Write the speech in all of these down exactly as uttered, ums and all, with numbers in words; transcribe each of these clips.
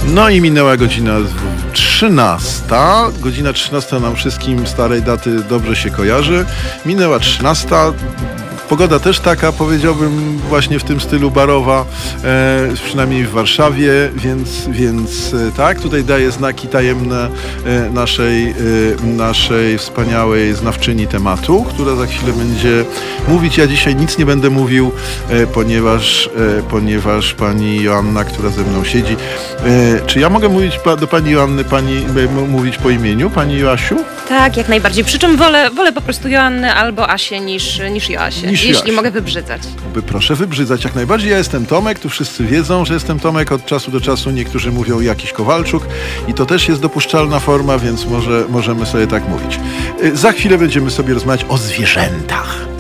No i minęła godzina trzynasta. Godzina trzynasta nam wszystkim starej daty dobrze się kojarzy. Minęła trzynasta. Pogoda też taka, powiedziałbym, właśnie w tym stylu barowa, e, przynajmniej w Warszawie, więc, więc e, tak, tutaj daje znaki tajemne e, naszej, e, naszej wspaniałej znawczyni tematu, która za chwilę będzie mówić. Ja dzisiaj nic nie będę mówił, e, ponieważ, e, ponieważ pani Joanna, która ze mną siedzi, e, czy ja mogę mówić pa, do pani Joanny, pani, e, mówić po imieniu, pani Joasiu? Tak, jak najbardziej. Przy czym wolę, wolę po prostu Joannę albo Asię niż, niż Joasię, Niż jeśli Joasię. mogę wybrzydzać. By proszę wybrzydzać jak najbardziej. Ja jestem Tomek, tu wszyscy wiedzą, że jestem Tomek. Od czasu do czasu niektórzy mówią jakiś Kowalczuk i to też jest dopuszczalna forma, więc może, możemy sobie tak mówić. Y, Za chwilę będziemy sobie rozmawiać o zwierzętach.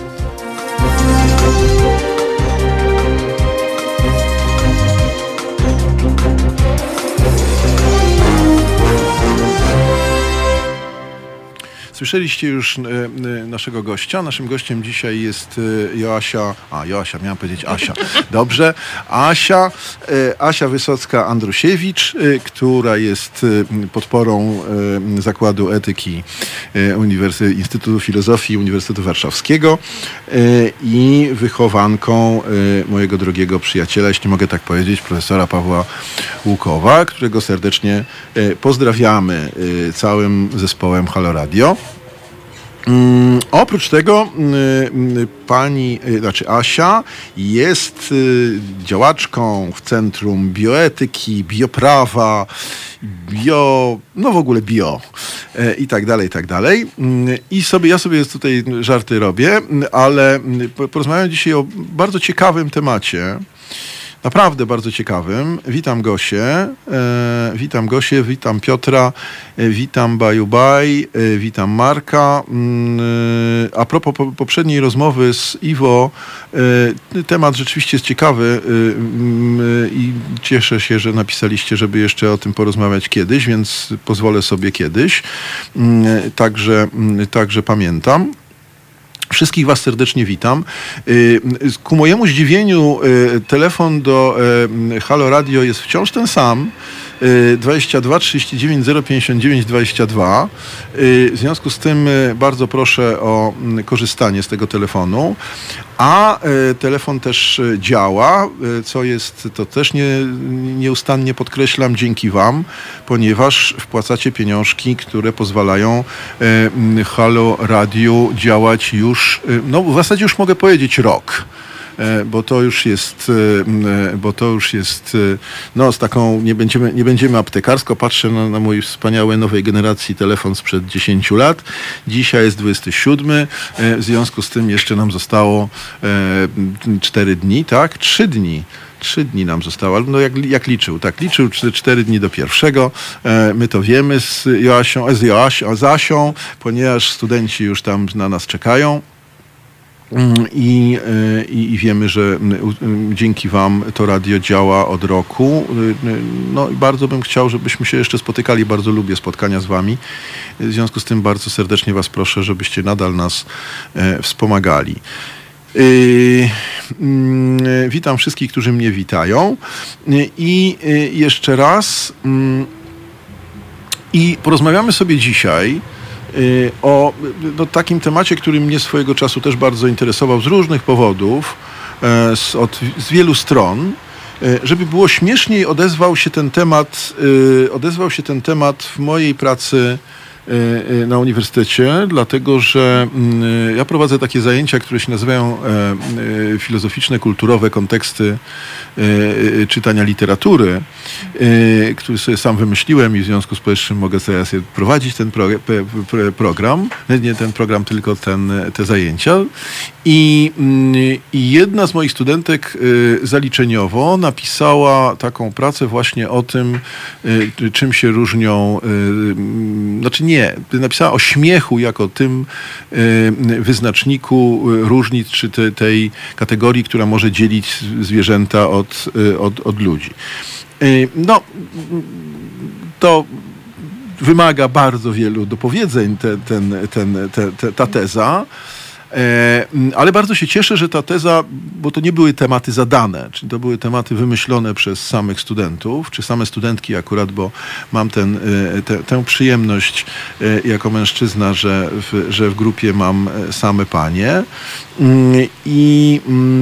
Słyszeliście już e, e, naszego gościa. Naszym gościem dzisiaj jest e, Joasia. A, Joasia, miałam powiedzieć Asia. Dobrze. Asia, e, Asia Wysocka-Andrusiewicz, e, która jest e, podporą e, Zakładu Etyki e, Uniwersytetu, Instytutu Filozofii Uniwersytetu Warszawskiego e, i wychowanką e, mojego drogiego przyjaciela, jeśli mogę tak powiedzieć, profesora Pawła Łukowa, którego serdecznie e, pozdrawiamy e, całym zespołem Halo Radio. Mm, oprócz tego y, y, pani, y, znaczy Asia jest y, działaczką w Centrum Bioetyki, Bioprawa, bio, no w ogóle bio y, i tak dalej, i tak dalej. Y, I sobie, ja sobie tutaj żarty robię, y, ale y, porozmawiam dzisiaj o bardzo ciekawym temacie. Naprawdę bardzo ciekawym. Witam Gosię, e, witam Gosię, witam Piotra, e, witam Baju Baj, e, witam Marka. E, a propos po, poprzedniej rozmowy z Iwo, e, temat rzeczywiście jest ciekawy e, e, i cieszę się, że napisaliście, żeby jeszcze o tym porozmawiać kiedyś, więc pozwolę sobie kiedyś. E, także, także pamiętam. Wszystkich was serdecznie witam. Ku mojemu zdziwieniu telefon do Halo Radio jest wciąż ten sam. dwadzieścia dwa trzydzieści dziewięć zero pięćdziesiąt dziewięć dwadzieścia dwa. W związku z tym bardzo proszę o korzystanie z tego telefonu. A telefon też działa, co jest, to też nie, nieustannie podkreślam, dzięki wam, ponieważ wpłacacie pieniążki, które pozwalają Halo Radiu działać już, no w zasadzie już mogę powiedzieć rok. Bo to już jest, bo to już jest, no z taką, nie będziemy, nie będziemy aptekarsko, patrzę na, na mój wspaniały nowej generacji telefon sprzed dziesięciu lat. Dzisiaj jest dwudziesty siódmy, w związku z tym jeszcze nam zostało cztery dni, tak? Trzy dni. Trzy dni nam zostało, no jak, jak liczył, tak, liczył cztery dni do pierwszego. E, my to wiemy z Joasią, z Joasią, z Asią, ponieważ studenci już tam na nas czekają. I, i, I wiemy, że dzięki wam to radio działa od roku. No i bardzo bym chciał, żebyśmy się jeszcze spotykali. Bardzo lubię spotkania z wami. W związku z tym bardzo serdecznie was proszę, żebyście nadal nas e, wspomagali. Yy, yy, witam wszystkich, którzy mnie witają. Yy, I yy, jeszcze raz. Yy, I porozmawiamy sobie dzisiaj o no, takim temacie, który mnie swojego czasu też bardzo interesował z różnych powodów, z, od, z wielu stron. Żeby było śmieszniej, odezwał się ten temat, odezwał się ten temat w mojej pracy na uniwersytecie, dlatego że ja prowadzę takie zajęcia, które się nazywają filozoficzne, kulturowe konteksty czytania literatury, który sobie sam wymyśliłem i w związku z powyższym mogę sobie prowadzić ten pro, pro, program, nie ten program, tylko ten, te zajęcia. I, I jedna z moich studentek zaliczeniowo napisała taką pracę właśnie o tym, czym się różnią, znaczy nie, napisała o śmiechu jako tym wyznaczniku różnic, czy te, tej kategorii, która może dzielić zwierzęta od, od, od ludzi. No, to wymaga bardzo wielu dopowiedzeń, te, ten, ten, te, te, ta teza, Ale bardzo się cieszę, że ta teza, bo to nie były tematy zadane, czyli to były tematy wymyślone przez samych studentów, czy same studentki akurat, bo mam ten, te, tę przyjemność jako mężczyzna, że w, że w grupie mam same panie. I,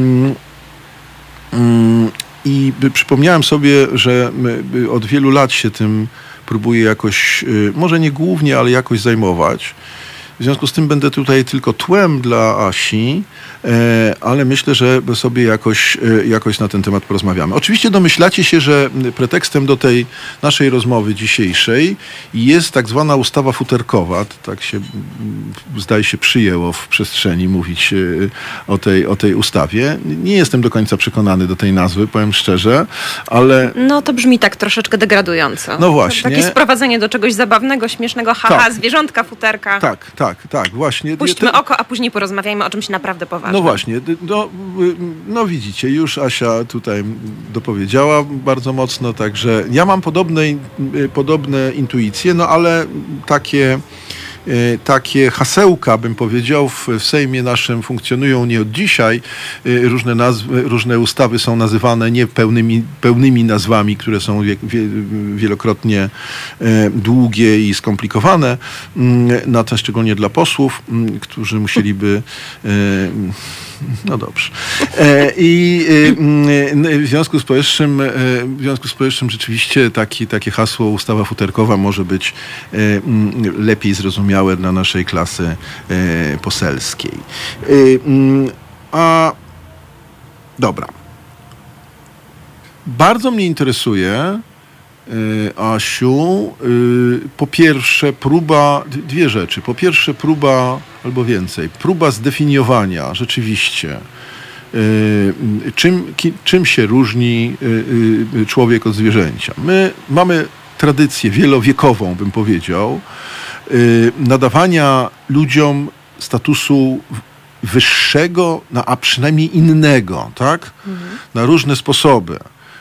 i przypomniałem sobie, że od wielu lat się tym próbuję jakoś, może nie głównie, ale jakoś zajmować. W związku z tym będę tutaj tylko tłem dla Asi, ale myślę, że sobie jakoś, jakoś na ten temat porozmawiamy. Oczywiście domyślacie się, że pretekstem do tej naszej rozmowy dzisiejszej jest tak zwana ustawa futerkowa. Tak się, zdaje się, przyjęło w przestrzeni mówić o tej, o tej ustawie. Nie jestem do końca przekonany do tej nazwy, powiem szczerze, ale... No to brzmi tak troszeczkę degradująco. No właśnie. Takie sprowadzenie do czegoś zabawnego, śmiesznego, haha, tak. zwierzątka, futerka. Tak, tak, tak, właśnie. Puśćmy oko, a później porozmawiajmy o czymś naprawdę poważnym. No właśnie, no, no widzicie, już Asia tutaj dopowiedziała bardzo mocno, także ja mam podobne, podobne intuicje, no ale takie, takie hasełka, bym powiedział, w, w Sejmie naszym funkcjonują nie od dzisiaj. Różne nazwy, różne ustawy są nazywane nie pełnymi, pełnymi nazwami, które są wie, wie, wielokrotnie długie i skomplikowane, na to szczególnie dla posłów, którzy musieliby... No dobrze. I w związku z powyższym, w związku z powyższym rzeczywiście taki, takie hasło ustawa futerkowa może być lepiej zrozumiałe dla naszej klasy poselskiej. A dobra. Bardzo mnie interesuje, Asiu, po pierwsze próba, dwie rzeczy. Po pierwsze próba, albo więcej, próba zdefiniowania rzeczywiście, czym, czym się różni człowiek od zwierzęcia. My mamy tradycję wielowiekową, bym powiedział, nadawania ludziom statusu wyższego, no, a przynajmniej innego, tak? Mhm. Na różne sposoby.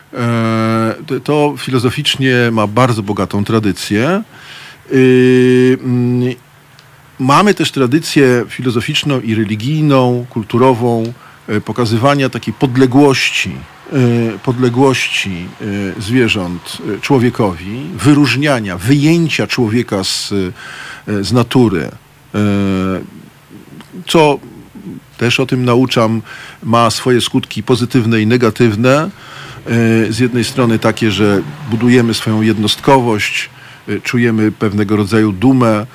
To filozoficznie ma bardzo bogatą tradycję. Mamy też tradycję filozoficzną i religijną, kulturową pokazywania takiej podległości, podległości zwierząt człowiekowi, wyróżniania, wyjęcia człowieka z, z natury, co też o tym nauczam, ma swoje skutki pozytywne i negatywne. Z jednej strony takie, że budujemy swoją jednostkowość, czujemy pewnego rodzaju dumę,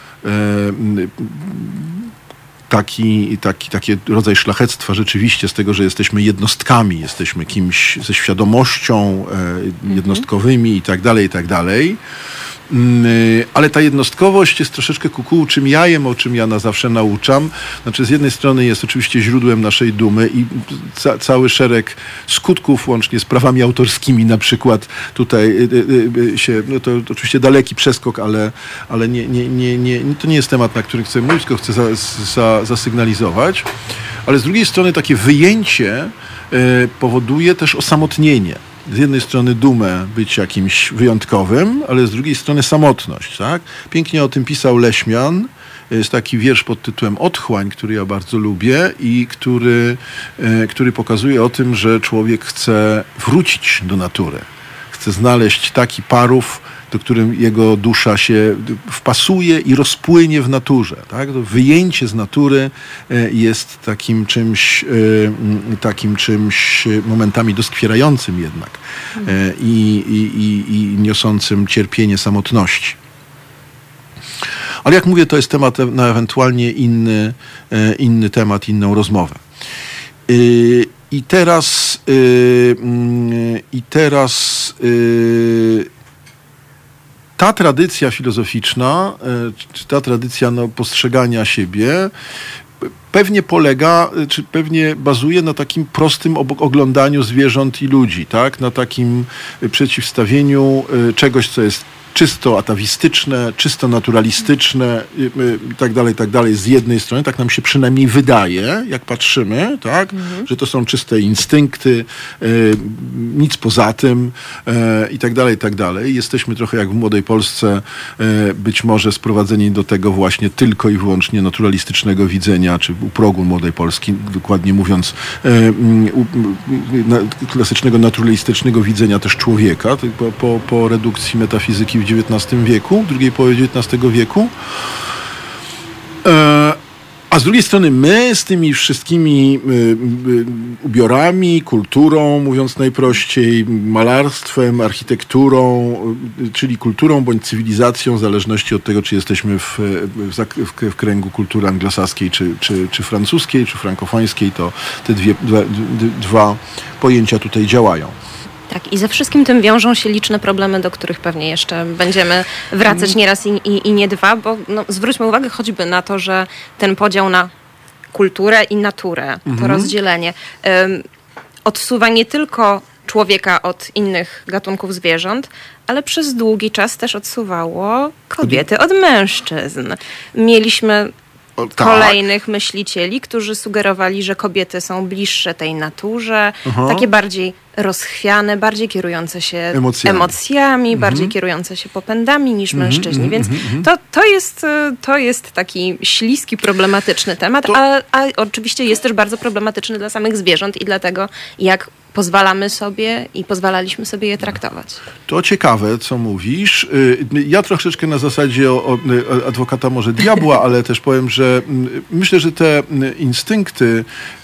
taki, taki, taki rodzaj szlachectwa rzeczywiście z tego, że jesteśmy jednostkami, jesteśmy kimś ze świadomością jednostkowymi i tak dalej, i tak dalej. Ale ta jednostkowość jest troszeczkę kukułczym jajem, o czym ja na zawsze nauczam. Znaczy, z jednej strony jest oczywiście źródłem naszej dumy i ca- cały szereg skutków, łącznie z prawami autorskimi na przykład, tutaj y, y, y, się, no to, to oczywiście daleki przeskok, ale, ale nie, nie, nie, nie, to nie jest temat, na który chcę mówić, tylko chcę za, za, zasygnalizować. Ale z drugiej strony takie wyjęcie y, powoduje też osamotnienie. Z jednej strony dumę być jakimś wyjątkowym, ale z drugiej strony samotność. Tak? Pięknie o tym pisał Leśmian. Jest taki wiersz pod tytułem Otchłań, który ja bardzo lubię i który, który pokazuje o tym, że człowiek chce wrócić do natury. Chce znaleźć taki parów, do którym jego dusza się wpasuje i rozpłynie w naturze. Tak? To wyjęcie z natury jest takim czymś, takim czymś momentami doskwierającym jednak i, i, i, i niosącym cierpienie samotności. Ale jak mówię, to jest temat na ewentualnie inny, inny temat, inną rozmowę. I teraz i teraz ta tradycja filozoficzna, czy ta tradycja no, postrzegania siebie pewnie polega, czy pewnie bazuje na takim prostym oglądaniu zwierząt i ludzi, tak? Na takim przeciwstawieniu czegoś, co jest czysto atawistyczne, czysto naturalistyczne i tak dalej, i tak dalej z jednej strony, tak nam się przynajmniej wydaje, jak patrzymy, tak, mhm. że to są czyste instynkty, y, nic poza tym y, i tak dalej, i tak dalej. Jesteśmy trochę jak w Młodej Polsce, y, być może sprowadzeni do tego właśnie tylko i wyłącznie naturalistycznego widzenia, czy u progu Młodej Polski, dokładnie mówiąc, y, y, na, klasycznego naturalistycznego widzenia też człowieka, po, po, po redukcji metafizyki w dziewiętnastym wieku, w drugiej połowie dziewiętnastego wieku. E, a z drugiej strony my z tymi wszystkimi y, y, ubiorami, kulturą, mówiąc najprościej, malarstwem, architekturą, y, czyli kulturą bądź cywilizacją, w zależności od tego, czy jesteśmy w, w, w, w kręgu kultury anglosaskiej, czy, czy, czy francuskiej, czy frankofońskiej, to te dwie, dwa, dwa pojęcia tutaj działają. Tak, i ze wszystkim tym wiążą się liczne problemy, do których pewnie jeszcze będziemy wracać nie raz i, i, i nie dwa, bo no, zwróćmy uwagę choćby na to, że ten podział na kulturę i naturę, mhm. to rozdzielenie um, odsuwa nie tylko człowieka od innych gatunków zwierząt, ale przez długi czas też odsuwało kobiety od mężczyzn. Mieliśmy O, tak. kolejnych myślicieli, którzy sugerowali, że kobiety są bliższe tej naturze, Aha. takie bardziej rozchwiane, bardziej kierujące się emocjami, emocjami mhm. bardziej kierujące się popędami niż mhm, mężczyźni. Mhm, Więc mhm. to, to, jest, to jest taki śliski, problematyczny temat, to... a, a oczywiście jest też bardzo problematyczny dla samych zwierząt i dlatego, jak pozwalamy sobie i pozwalaliśmy sobie je traktować. To ciekawe, co mówisz. Ja troszeczkę na zasadzie o, o, adwokata może diabła, ale też powiem, że myślę, że te instynkty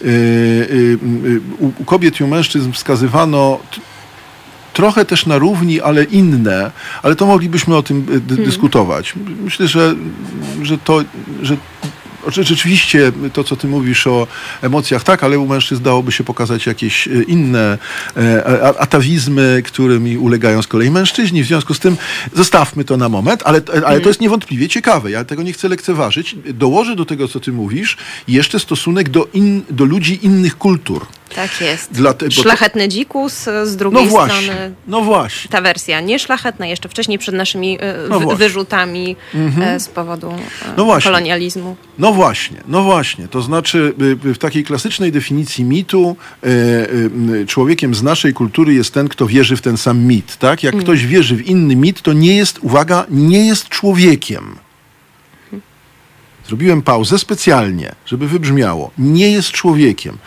u, u kobiet i u mężczyzn wskazywano trochę też na równi, ale inne, ale to moglibyśmy o tym dy- hmm. dyskutować. Myślę, że, że to, że rzeczywiście to, co ty mówisz o emocjach, tak, ale u mężczyzn dałoby się pokazać jakieś inne e, atawizmy, którymi ulegają z kolei mężczyźni. W związku z tym zostawmy to na moment, ale, ale to jest niewątpliwie ciekawe. Ja tego nie chcę lekceważyć. Dołożę do tego, co ty mówisz, jeszcze stosunek do, in, do ludzi innych kultur. Tak jest. Dla te, Szlachetny to... dzikus, z drugiej no właśnie, strony no właśnie. ta wersja nieszlachetna, jeszcze wcześniej przed naszymi no w, wyrzutami mhm. z powodu no kolonializmu. No właśnie, no właśnie. To znaczy w takiej klasycznej definicji mitu człowiekiem z naszej kultury jest ten, kto wierzy w ten sam mit. Tak? Jak mm. ktoś wierzy w inny mit, to nie jest, uwaga, nie jest człowiekiem. Zrobiłem pauzę specjalnie, żeby wybrzmiało. Nie jest człowiekiem.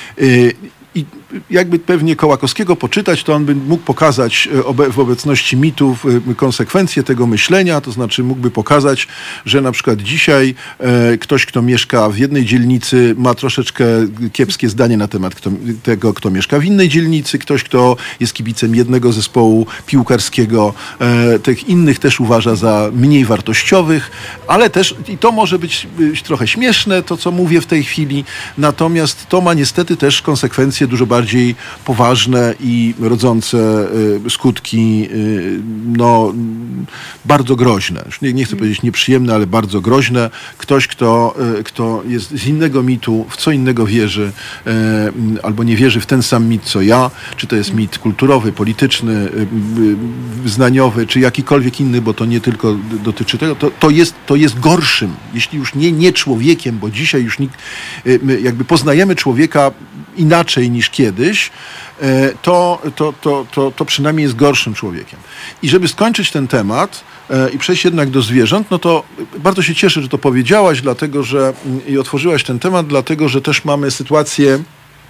I jakby pewnie Kołakowskiego poczytać, to on by mógł pokazać obe- w obecności mitów konsekwencje tego myślenia, to znaczy mógłby pokazać, że na przykład dzisiaj e, ktoś, kto mieszka w jednej dzielnicy, ma troszeczkę kiepskie zdanie na temat kto, tego, kto mieszka w innej dzielnicy, ktoś, kto jest kibicem jednego zespołu piłkarskiego, e, tych innych też uważa za mniej wartościowych, ale też, i to może być, być trochę śmieszne, to co mówię w tej chwili, natomiast to ma niestety też konsekwencje dużo bardziej poważne i rodzące y, skutki y, no, bardzo groźne. Już nie, nie chcę powiedzieć nieprzyjemne, ale bardzo groźne. Ktoś, kto, y, kto jest z innego mitu, w co innego wierzy, y, albo nie wierzy w ten sam mit, co ja, czy to jest mit kulturowy, polityczny, y, y, wyznaniowy, czy jakikolwiek inny, bo to nie tylko dotyczy tego, to, to, jest, to jest gorszym, jeśli już nie, nie człowiekiem, bo dzisiaj już nikt, y, my jakby poznajemy człowieka inaczej niż kiedyś, to, to, to, to, to przynajmniej jest gorszym człowiekiem. I żeby skończyć ten temat i przejść jednak do zwierząt, no to bardzo się cieszę, że to powiedziałaś, dlatego że i otworzyłaś ten temat, dlatego że też mamy sytuację,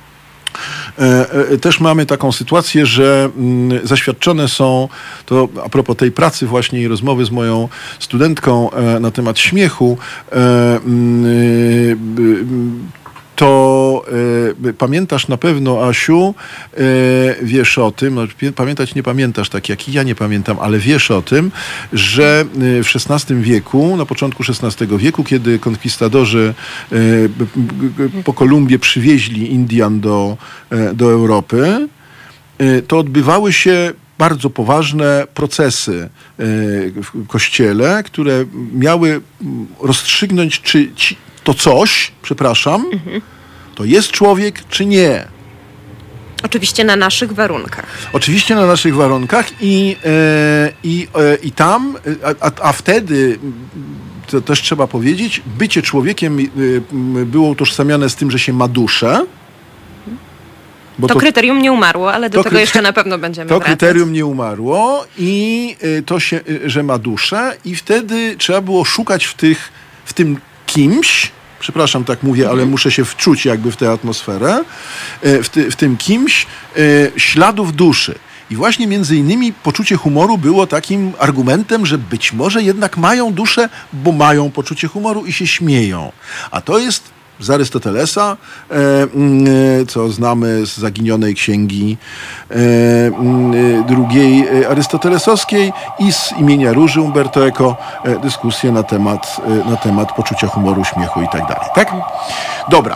też mamy taką sytuację, że zaświadczone są, to a propos tej pracy właśnie i rozmowy z moją studentką na temat śmiechu, to y, pamiętasz na pewno, Asiu, y, wiesz o tym, no, pamiętać nie pamiętasz, tak jak i ja nie pamiętam, ale wiesz o tym, że y, w szesnastym wieku, na początku szesnastego wieku, kiedy konkwistadorzy y, y, po Kolumbii przywieźli Indian do, y, do Europy, y, to odbywały się bardzo poważne procesy y, w kościele, które miały rozstrzygnąć, czy ci to coś, przepraszam, mhm. to jest człowiek, czy nie. Oczywiście na naszych warunkach. Oczywiście na naszych warunkach i, e, i, e, i tam, a, a wtedy, to też trzeba powiedzieć, bycie człowiekiem e, było utożsamiane z tym, że się ma duszę. Bo to, to kryterium nie umarło, ale do tego kryter... jeszcze na pewno będziemy To wracać. kryterium nie umarło i y, to się, y, że ma duszę i wtedy trzeba było szukać w, tych, w tym kimś, przepraszam, tak mówię, ale muszę się wczuć jakby w tę atmosferę, y, w, ty, w tym kimś y, śladów duszy. I właśnie między innymi poczucie humoru było takim argumentem, że być może jednak mają duszę, bo mają poczucie humoru i się śmieją. A to jest z Arystotelesa, e, e, co znamy z zaginionej księgi e, e, drugiej arystotelesowskiej i z imienia Róży Umberto Eco e, dyskusję na temat, e, na temat poczucia humoru, śmiechu i tak dalej. Tak? Dobra.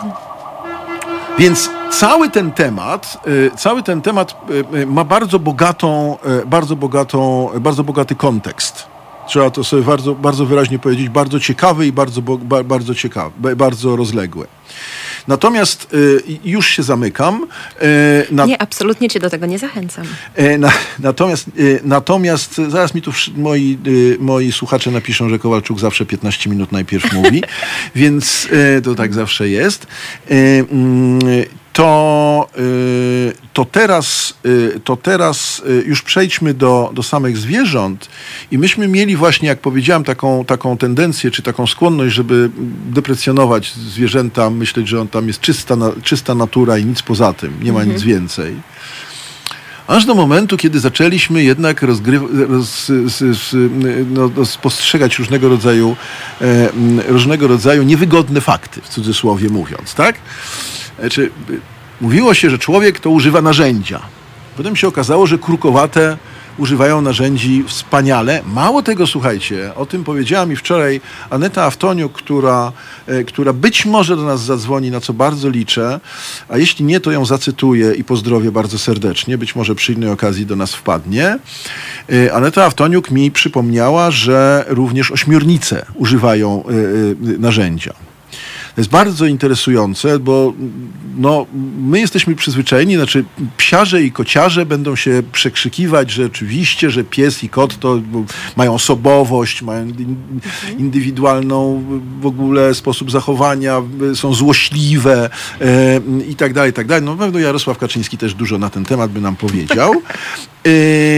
Więc cały ten temat, e, cały ten temat e, ma bardzo bogatą, e, bardzo bogatą, bardzo bogaty kontekst. Trzeba to sobie bardzo, bardzo wyraźnie powiedzieć, bardzo ciekawy i bardzo, bardzo ciekawy, bardzo rozległy. Natomiast y, już się zamykam. Y, na... Nie, absolutnie cię do tego nie zachęcam. Y, na, natomiast, y, natomiast zaraz mi tu moi, y, moi słuchacze napiszą, że Kowalczuk zawsze piętnaście minut najpierw mówi, więc y, to tak zawsze jest. Y, y, To, y, to teraz, y, to teraz y, już przejdźmy do, do samych zwierząt i myśmy mieli właśnie, jak powiedziałem, taką, taką tendencję, czy taką skłonność, żeby deprecjonować zwierzęta, myśleć, że on tam jest czysta, na, czysta natura i nic poza tym, nie ma mhm. nic więcej. Aż do momentu, kiedy zaczęliśmy jednak rozgry- roz, z, z, no, spostrzegać różnego rodzaju, e, różnego rodzaju niewygodne fakty, w cudzysłowie mówiąc, tak? Znaczy, mówiło się, że człowiek to używa narzędzia. Potem się okazało, że krukowate używają narzędzi wspaniale. Mało tego, słuchajcie, o tym powiedziała mi wczoraj Aneta Aftoniuk, która, e, która być może do nas zadzwoni, na co bardzo liczę, a jeśli nie, to ją zacytuję i pozdrowię bardzo serdecznie. Być może przy innej okazji do nas wpadnie. E, Aneta Aftoniuk mi przypomniała, że również ośmiornice używają e, e, narzędzia. To jest bardzo interesujące, bo no, my jesteśmy przyzwyczajeni, znaczy psiarze i kociarze będą się przekrzykiwać, że oczywiście, że pies i kot to mają osobowość, mają indywidualną w ogóle sposób zachowania, są złośliwe e, i tak dalej, i tak dalej. No na pewno Jarosław Kaczyński też dużo na ten temat by nam powiedział. E,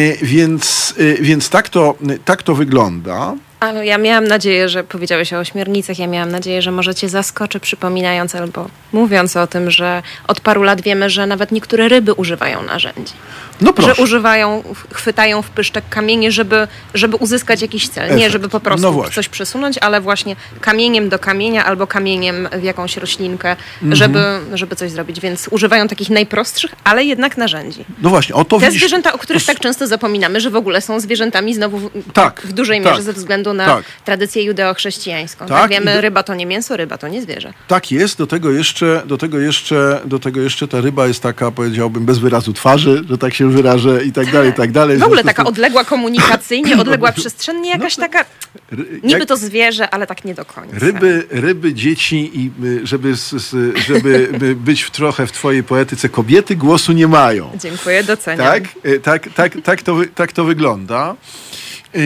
więc e, więc tak, to, tak to wygląda. Ale ja miałam nadzieję, że powiedziałeś o ośmiornicach, ja miałam nadzieję, że może cię zaskoczę, przypominając albo mówiąc o tym, że od paru lat wiemy, że nawet niektóre ryby używają narzędzi. No proszę. Że używają, chwytają w pyszczek kamienie, żeby, żeby uzyskać jakiś cel. Efekt. Nie, żeby po prostu no coś przesunąć, ale właśnie kamieniem do kamienia albo kamieniem w jakąś roślinkę, mhm. żeby, żeby coś zrobić. Więc używają takich najprostszych, ale jednak narzędzi. No właśnie, o to Te widzisz, zwierzęta, o których to... tak często zapominamy, że w ogóle są zwierzętami znowu w, tak, w dużej mierze tak, ze względu na tak. tradycję judeo-chrześcijańską. Tak, tak wiemy, do... ryba to nie mięso, ryba to nie zwierzę. Tak jest, do tego jeszcze, do tego jeszcze, do tego jeszcze ta ryba jest taka, powiedziałbym, bez wyrazu twarzy, że tak się wyrażę i tak dalej, i tak dalej. W ogóle taka odległa komunikacyjnie, odległa przestrzennie, jakaś no to, taka, niby to zwierzę, ale tak nie do końca. Ryby, ryby dzieci i żeby, żeby być w trochę w twojej poetyce, kobiety głosu nie mają. Dziękuję, doceniam. Tak, tak, tak, tak, to, tak to wygląda. Yy,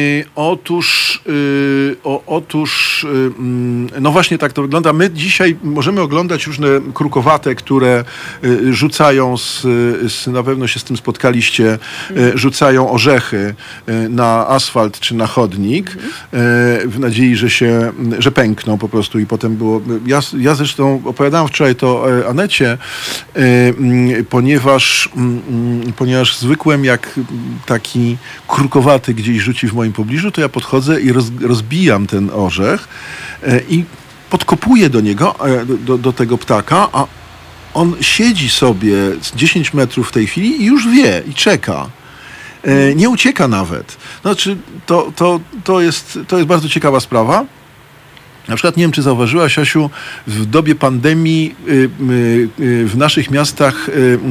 otóż, yy, o, otóż yy, no właśnie tak to wygląda. My dzisiaj możemy oglądać różne krukowate, które yy, rzucają, z, z, na pewno się z tym spotkaliście, yy, rzucają orzechy yy, na asfalt czy na chodnik yy, w nadziei, że się, że pękną po prostu i potem było... Ja, ja zresztą opowiadałem wczoraj to Anecie, yy, yy, ponieważ, yy, ponieważ zwykłem jak taki krukowaty gdzieś rzuci w moim pobliżu, to ja podchodzę i roz, rozbijam ten orzech e, i podkopuję do niego, e, do, do tego ptaka, a on siedzi sobie dziesięć metrów w tej chwili i już wie i czeka. E, nie ucieka nawet. Znaczy, to, to, to, jest, to jest bardzo ciekawa sprawa. Na przykład, nie wiem, czy zauważyłaś, Asiu, w dobie pandemii y, y, y, w naszych miastach y,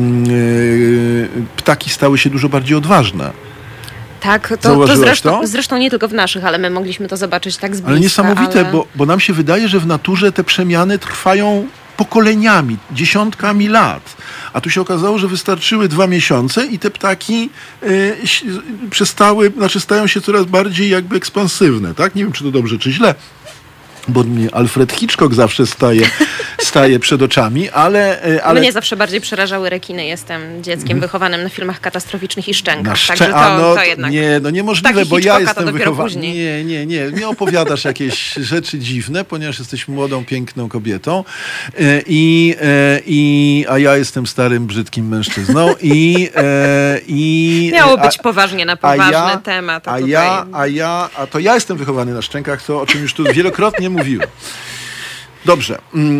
y, ptaki stały się dużo bardziej odważne. Tak, to, to, zresztą, to zresztą nie tylko w naszych, ale my mogliśmy to zobaczyć tak z bliska. Ale niesamowite, ale... Bo, bo nam się wydaje, że w naturze te przemiany trwają pokoleniami, dziesiątkami lat. A tu się okazało, że wystarczyły dwa miesiące i te ptaki y, przestały, znaczy stają się coraz bardziej jakby ekspansywne, tak? Nie wiem, czy to dobrze, czy źle, bo mnie Alfred Hitchcock zawsze staje, staje przed oczami, ale... ale... Mnie zawsze bardziej przerażały rekiny. Jestem dzieckiem mm. wychowanym na filmach katastroficznych i szczękach. Szczę... Także to, A no, to jednak... Nie, no niemożliwe, bo ja jestem wychowany... Później. Nie, nie, nie. Nie opowiadasz jakieś rzeczy dziwne, ponieważ jesteś młodą, piękną kobietą, i, i, a ja jestem starym, brzydkim mężczyzną i... i Miało być a, poważnie na poważny a ja, temat. A, a, tutaj... ja, a ja, a to ja jestem wychowany na szczękach, to o czym już tu wielokrotnie mówiłem. Dobrze.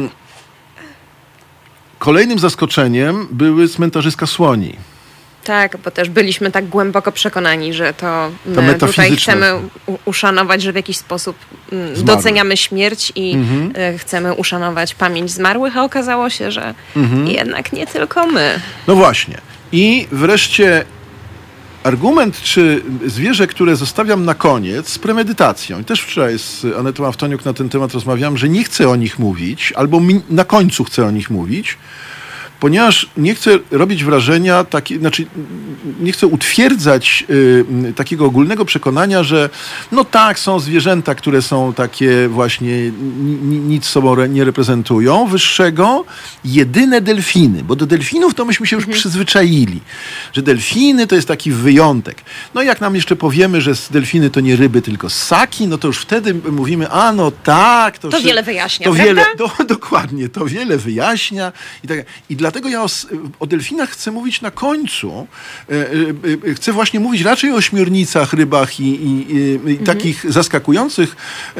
Kolejnym zaskoczeniem były cmentarzyska słoni. Tak, bo też byliśmy tak głęboko przekonani, że to my tutaj chcemy uszanować, że w jakiś sposób Zmarły. doceniamy śmierć i mhm. chcemy uszanować pamięć zmarłych, a okazało się, że mhm. jednak nie tylko my. No właśnie. I wreszcie argument, czy zwierzę, które zostawiam na koniec z premedytacją, i też wczoraj z Anetą Awtoniuk na ten temat rozmawiałam, że nie chcę o nich mówić, albo mi, na końcu chcę o nich mówić, ponieważ nie chcę robić wrażenia, taki, znaczy nie chcę utwierdzać y, takiego ogólnego przekonania, że no tak, są zwierzęta, które są takie właśnie, n- nic sobą re- nie reprezentują wyższego, jedyne delfiny, bo do delfinów to myśmy się już mhm. przyzwyczaili, że delfiny to jest taki wyjątek. No i jak nam jeszcze powiemy, że delfiny to nie ryby, tylko ssaki, no to już wtedy mówimy, a no tak. To, to się, wiele wyjaśnia, to prawda? wiele, do, Dokładnie, to wiele wyjaśnia. I, tak, i dla Dlatego ja o, o delfinach chcę mówić na końcu. E, e, chcę właśnie mówić raczej o ośmiornicach, rybach i, i, i, i mhm. takich zaskakujących,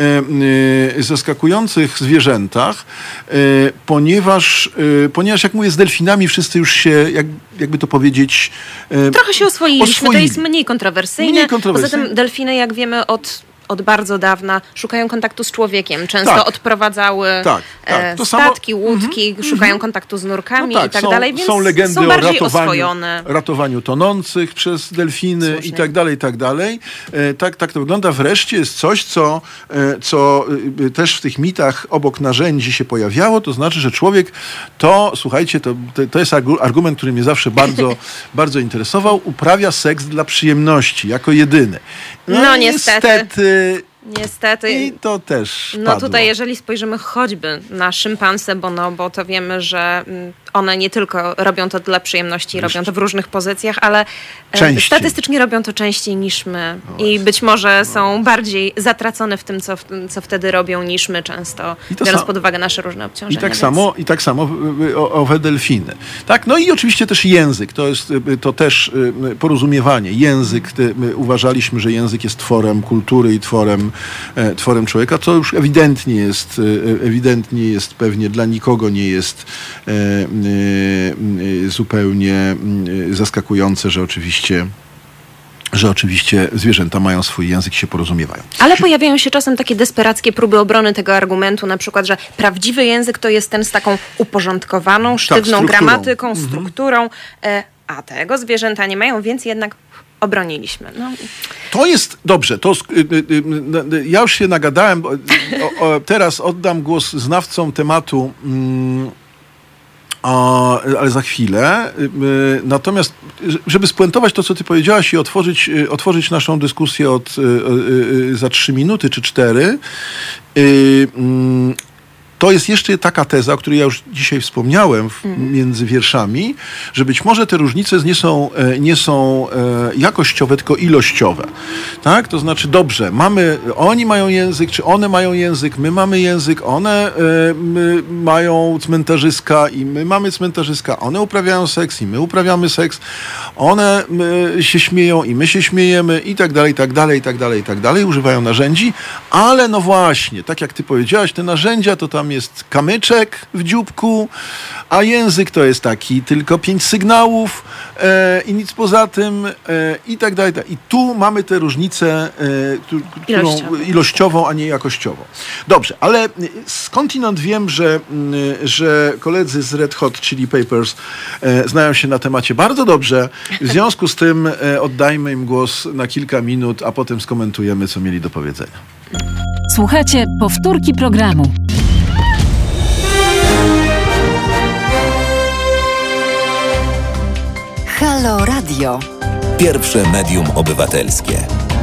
e, e, zaskakujących zwierzętach, e, ponieważ, e, ponieważ jak mówię, z delfinami wszyscy już się, jak, jakby to powiedzieć... E, Trochę się oswoiliśmy. oswoili. To jest mniej kontrowersyjne. Mniej kontrowersyjne. Poza tym delfiny, jak wiemy, od... od bardzo dawna szukają kontaktu z człowiekiem. Często tak. odprowadzały tak, tak. To statki, samo... łódki, mm-hmm. szukają kontaktu z nurkami no tak, i tak są, dalej, więc są legendy są bardziej o ratowaniu, oswojone. ratowaniu tonących przez delfiny Słusznie. i tak dalej, i tak dalej. E, tak, tak to wygląda. Wreszcie jest coś, co, e, co e, też w tych mitach obok narzędzi się pojawiało, to znaczy, że człowiek to, słuchajcie, to, to, to jest argument, który mnie zawsze bardzo, bardzo interesował, uprawia seks dla przyjemności, jako jedyny. No, no niestety. niestety Niestety. I to też No padło. tutaj, jeżeli spojrzymy choćby na szympanse bonobo, to wiemy, że one nie tylko robią to dla przyjemności, Jeszcze. robią to w różnych pozycjach, ale częściej. statystycznie robią to częściej niż my. No I być może no. są bardziej zatracone w tym, co, co wtedy robią, niż my często, biorąc sam... pod uwagę nasze różne obciążenia. I tak więc... samo, i tak samo owe delfiny. Tak, no i oczywiście też język. To jest to też porozumiewanie. Język, uważaliśmy, że język jest tworem kultury i tworem tworem człowieka, co już ewidentnie jest, ewidentnie jest pewnie dla nikogo nie jest e, e, zupełnie zaskakujące, że oczywiście że oczywiście zwierzęta mają swój język i się porozumiewają. Ale pojawiają się czasem takie desperackie próby obrony tego argumentu, na przykład, że prawdziwy język to jest ten z taką uporządkowaną, sztywną tak, gramatyką, mhm. strukturą, a tego zwierzęta nie mają, więc jednak obroniliśmy. No. To jest dobrze. To, ja już się nagadałem. O, o, teraz oddam głos znawcom tematu, mm, o, ale za chwilę. Natomiast, żeby spuentować to, co ty powiedziałaś i otworzyć, otworzyć naszą dyskusję od, za trzy minuty czy cztery, to jest jeszcze taka teza, o której ja już dzisiaj wspomniałem w, mm. między wierszami, że być może te różnice nie są, nie są jakościowe, tylko ilościowe. Tak? To znaczy, dobrze, mamy, oni mają język, czy one mają język, my mamy język, one my mają cmentarzyska i my mamy cmentarzyska, one uprawiają seks i my uprawiamy seks, one się śmieją i my się śmiejemy i tak dalej, i tak dalej, i tak dalej, i tak dalej, używają narzędzi, ale no właśnie, tak jak ty powiedziałaś, te narzędzia to tam jest kamyczek w dzióbku, a język to jest taki tylko pięć sygnałów e, i nic poza tym e, i tak dalej. I tu mamy tę różnicę e, którą, Ilościowo. ilościową, a nie jakościową. Dobrze, ale skądinąd wiem, że, że koledzy z Red Hot Chili Peppers e, znają się na temacie bardzo dobrze. W związku z tym e, oddajmy im głos na kilka minut, a potem skomentujemy, co mieli do powiedzenia. Słuchajcie powtórki programu. Halo Radio. Pierwsze medium obywatelskie.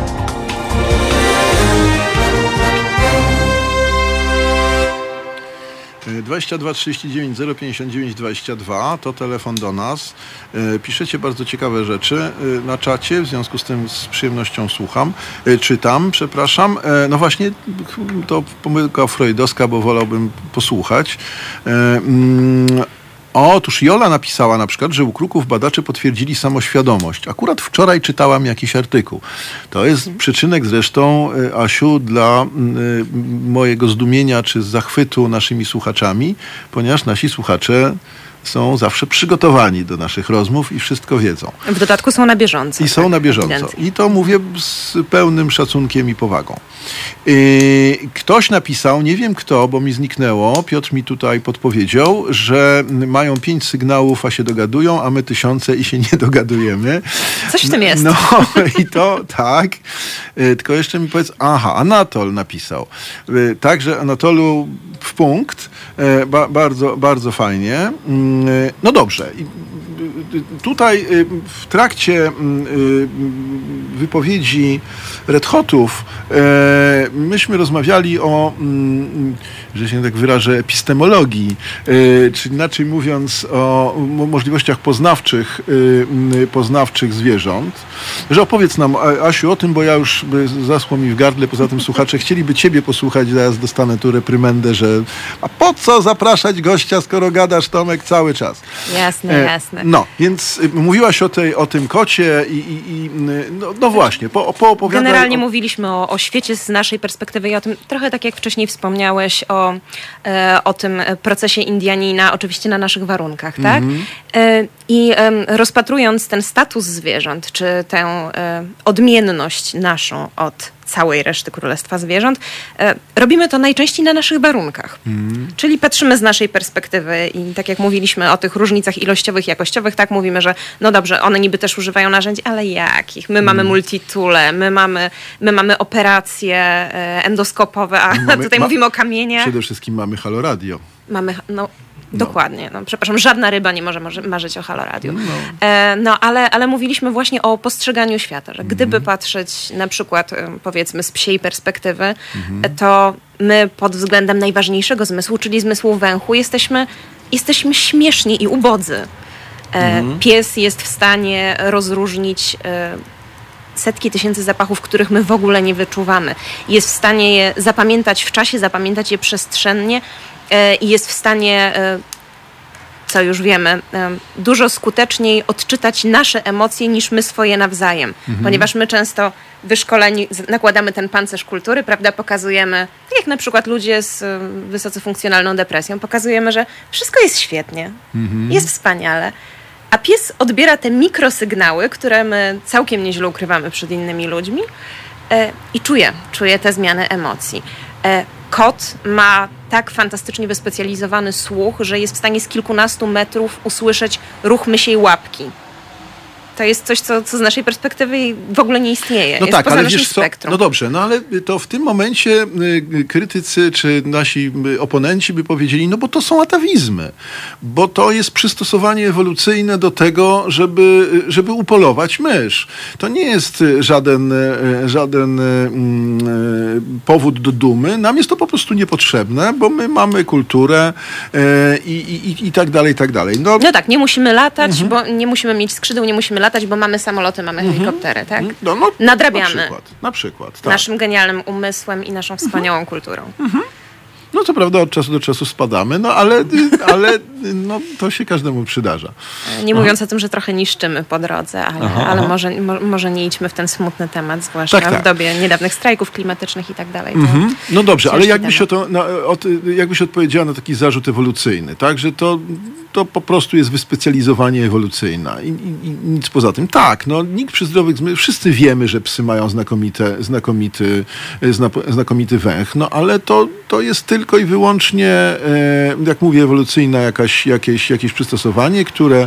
dwadzieścia dwa trzydzieści dziewięć zero pięćdziesiąt dziewięć dwadzieścia dwa to telefon do nas. Piszecie bardzo ciekawe rzeczy na czacie, w związku z tym z przyjemnością słucham. Czytam, przepraszam. No właśnie, to pomyłka freudowska, bo wolałbym posłuchać. Otóż Jola napisała na przykład, że u kruków badacze potwierdzili samoświadomość. Akurat wczoraj czytałam jakiś artykuł. To jest przyczynek zresztą, Asiu, dla mojego zdumienia czy zachwytu naszymi słuchaczami, ponieważ nasi słuchacze są zawsze przygotowani do naszych rozmów i wszystko wiedzą. W dodatku są na bieżąco. I są tak, na bieżąco. Ewidentnie. I to mówię z pełnym szacunkiem i powagą. Ktoś napisał, nie wiem kto, bo mi zniknęło, Piotr mi tutaj podpowiedział, że mają pięć sygnałów, a się dogadują, a my tysiące i się nie dogadujemy. Coś w tym jest. No i to tak. Tylko jeszcze mi powiedz, aha, Anatol napisał. Także Anatolu w punkt. Ba- bardzo, bardzo fajnie. No dobrze. Tutaj w trakcie wypowiedzi Red Hotów myśmy rozmawiali o, że się tak wyrażę, epistemologii, czyli inaczej mówiąc o możliwościach poznawczych, poznawczych zwierząt. Że opowiedz nam, Asiu, o tym, bo ja już zaschło mi w gardle, poza tym słuchacze chcieliby ciebie posłuchać, zaraz dostanę tu reprymendę, że a po co zapraszać gościa, skoro gadasz, Tomek, cały czas. Jasne, jasne. No, więc mówiłaś o, tej, o tym kocie i, i, i no, no właśnie, po, poopowiadaj. Generalnie o... mówiliśmy o, o świecie z naszej perspektywy i o tym, trochę tak jak wcześniej wspomniałeś, o, e, o tym procesie Indianina, oczywiście na naszych warunkach, tak? Mm-hmm. E, I e, rozpatrując ten status zwierząt, czy tę e, odmienność naszą od całej reszty Królestwa Zwierząt, e, robimy to najczęściej na naszych warunkach. Mm. Czyli patrzymy z naszej perspektywy i tak jak mówiliśmy o tych różnicach ilościowych, jakościowych, tak mówimy, że no dobrze, one niby też używają narzędzi, ale jakich? My mm. mamy multitoole, my mamy, my mamy operacje e, endoskopowe, a mamy, tutaj ma, mówimy o kamieniach. Przede wszystkim mamy Halo Radio. Mamy, no... No. Dokładnie. No, przepraszam, żadna ryba nie może marzyć o Halo Radio. No, e, no ale, ale mówiliśmy właśnie o postrzeganiu świata, że gdyby mm. patrzeć na przykład, powiedzmy, z psiej perspektywy, mm. to my pod względem najważniejszego zmysłu, czyli zmysłu węchu, jesteśmy, jesteśmy śmieszni i ubodzy. E, mm. Pies jest w stanie rozróżnić e, setki tysięcy zapachów, których my w ogóle nie wyczuwamy. Jest w stanie je zapamiętać w czasie, zapamiętać je przestrzennie, i jest w stanie, co już wiemy, dużo skuteczniej odczytać nasze emocje niż my swoje nawzajem. Mhm. Ponieważ my często wyszkoleni nakładamy ten pancerz kultury, prawda, pokazujemy, tak jak na przykład ludzie z wysoce funkcjonalną depresją, pokazujemy, że wszystko jest świetnie, mhm. jest wspaniale. A pies odbiera te mikrosygnały, które my całkiem nieźle ukrywamy przed innymi ludźmi i czuje, czuje te zmiany emocji. Kot ma tak fantastycznie wyspecjalizowany słuch, że jest w stanie z kilkunastu metrów usłyszeć ruch mysiej łapki. To jest coś, co, co z naszej perspektywy w ogóle nie istnieje. No jest tak, poza ale naszym wiesz co, spektrum. no dobrze, no ale to w tym momencie y, krytycy czy nasi y, oponenci by powiedzieli, no bo to są atawizmy, bo to jest przystosowanie ewolucyjne do tego, żeby, żeby upolować mysz. To nie jest żaden, y, żaden y, y, powód do dumy, nam jest to po prostu niepotrzebne, bo my mamy kulturę y, i, i, i tak dalej, i tak dalej. No, no tak, nie musimy latać, mhm. bo nie musimy mieć skrzydeł, nie musimy latać, bo mamy samoloty, mamy mhm. helikoptery, tak? No, no, nadrabiamy na przykład, na przykład tak. naszym genialnym umysłem i naszą wspaniałą mhm. kulturą. Mhm. No co prawda od czasu do czasu spadamy, no ale, ale no, to się każdemu przydarza. Nie mówiąc Aha. o tym, że trochę niszczymy po drodze, ale, Aha, ale może, mo, może nie idźmy w ten smutny temat, zwłaszcza tak, tak. w dobie niedawnych strajków klimatycznych i tak dalej. Mhm. No dobrze, ale jakbyś, o to, na, od, jakbyś odpowiedziała na taki zarzut ewolucyjny, tak, że to, to po prostu jest wyspecjalizowanie ewolucyjne i, i, i nic poza tym. Tak, no nikt przy zdrowych zmysłach, wszyscy wiemy, że psy mają znakomite, znakomity, zna, znakomity węch, no ale to, to jest tylko i wyłącznie, jak mówię, ewolucyjne jakaś, jakieś, jakieś przystosowanie, które,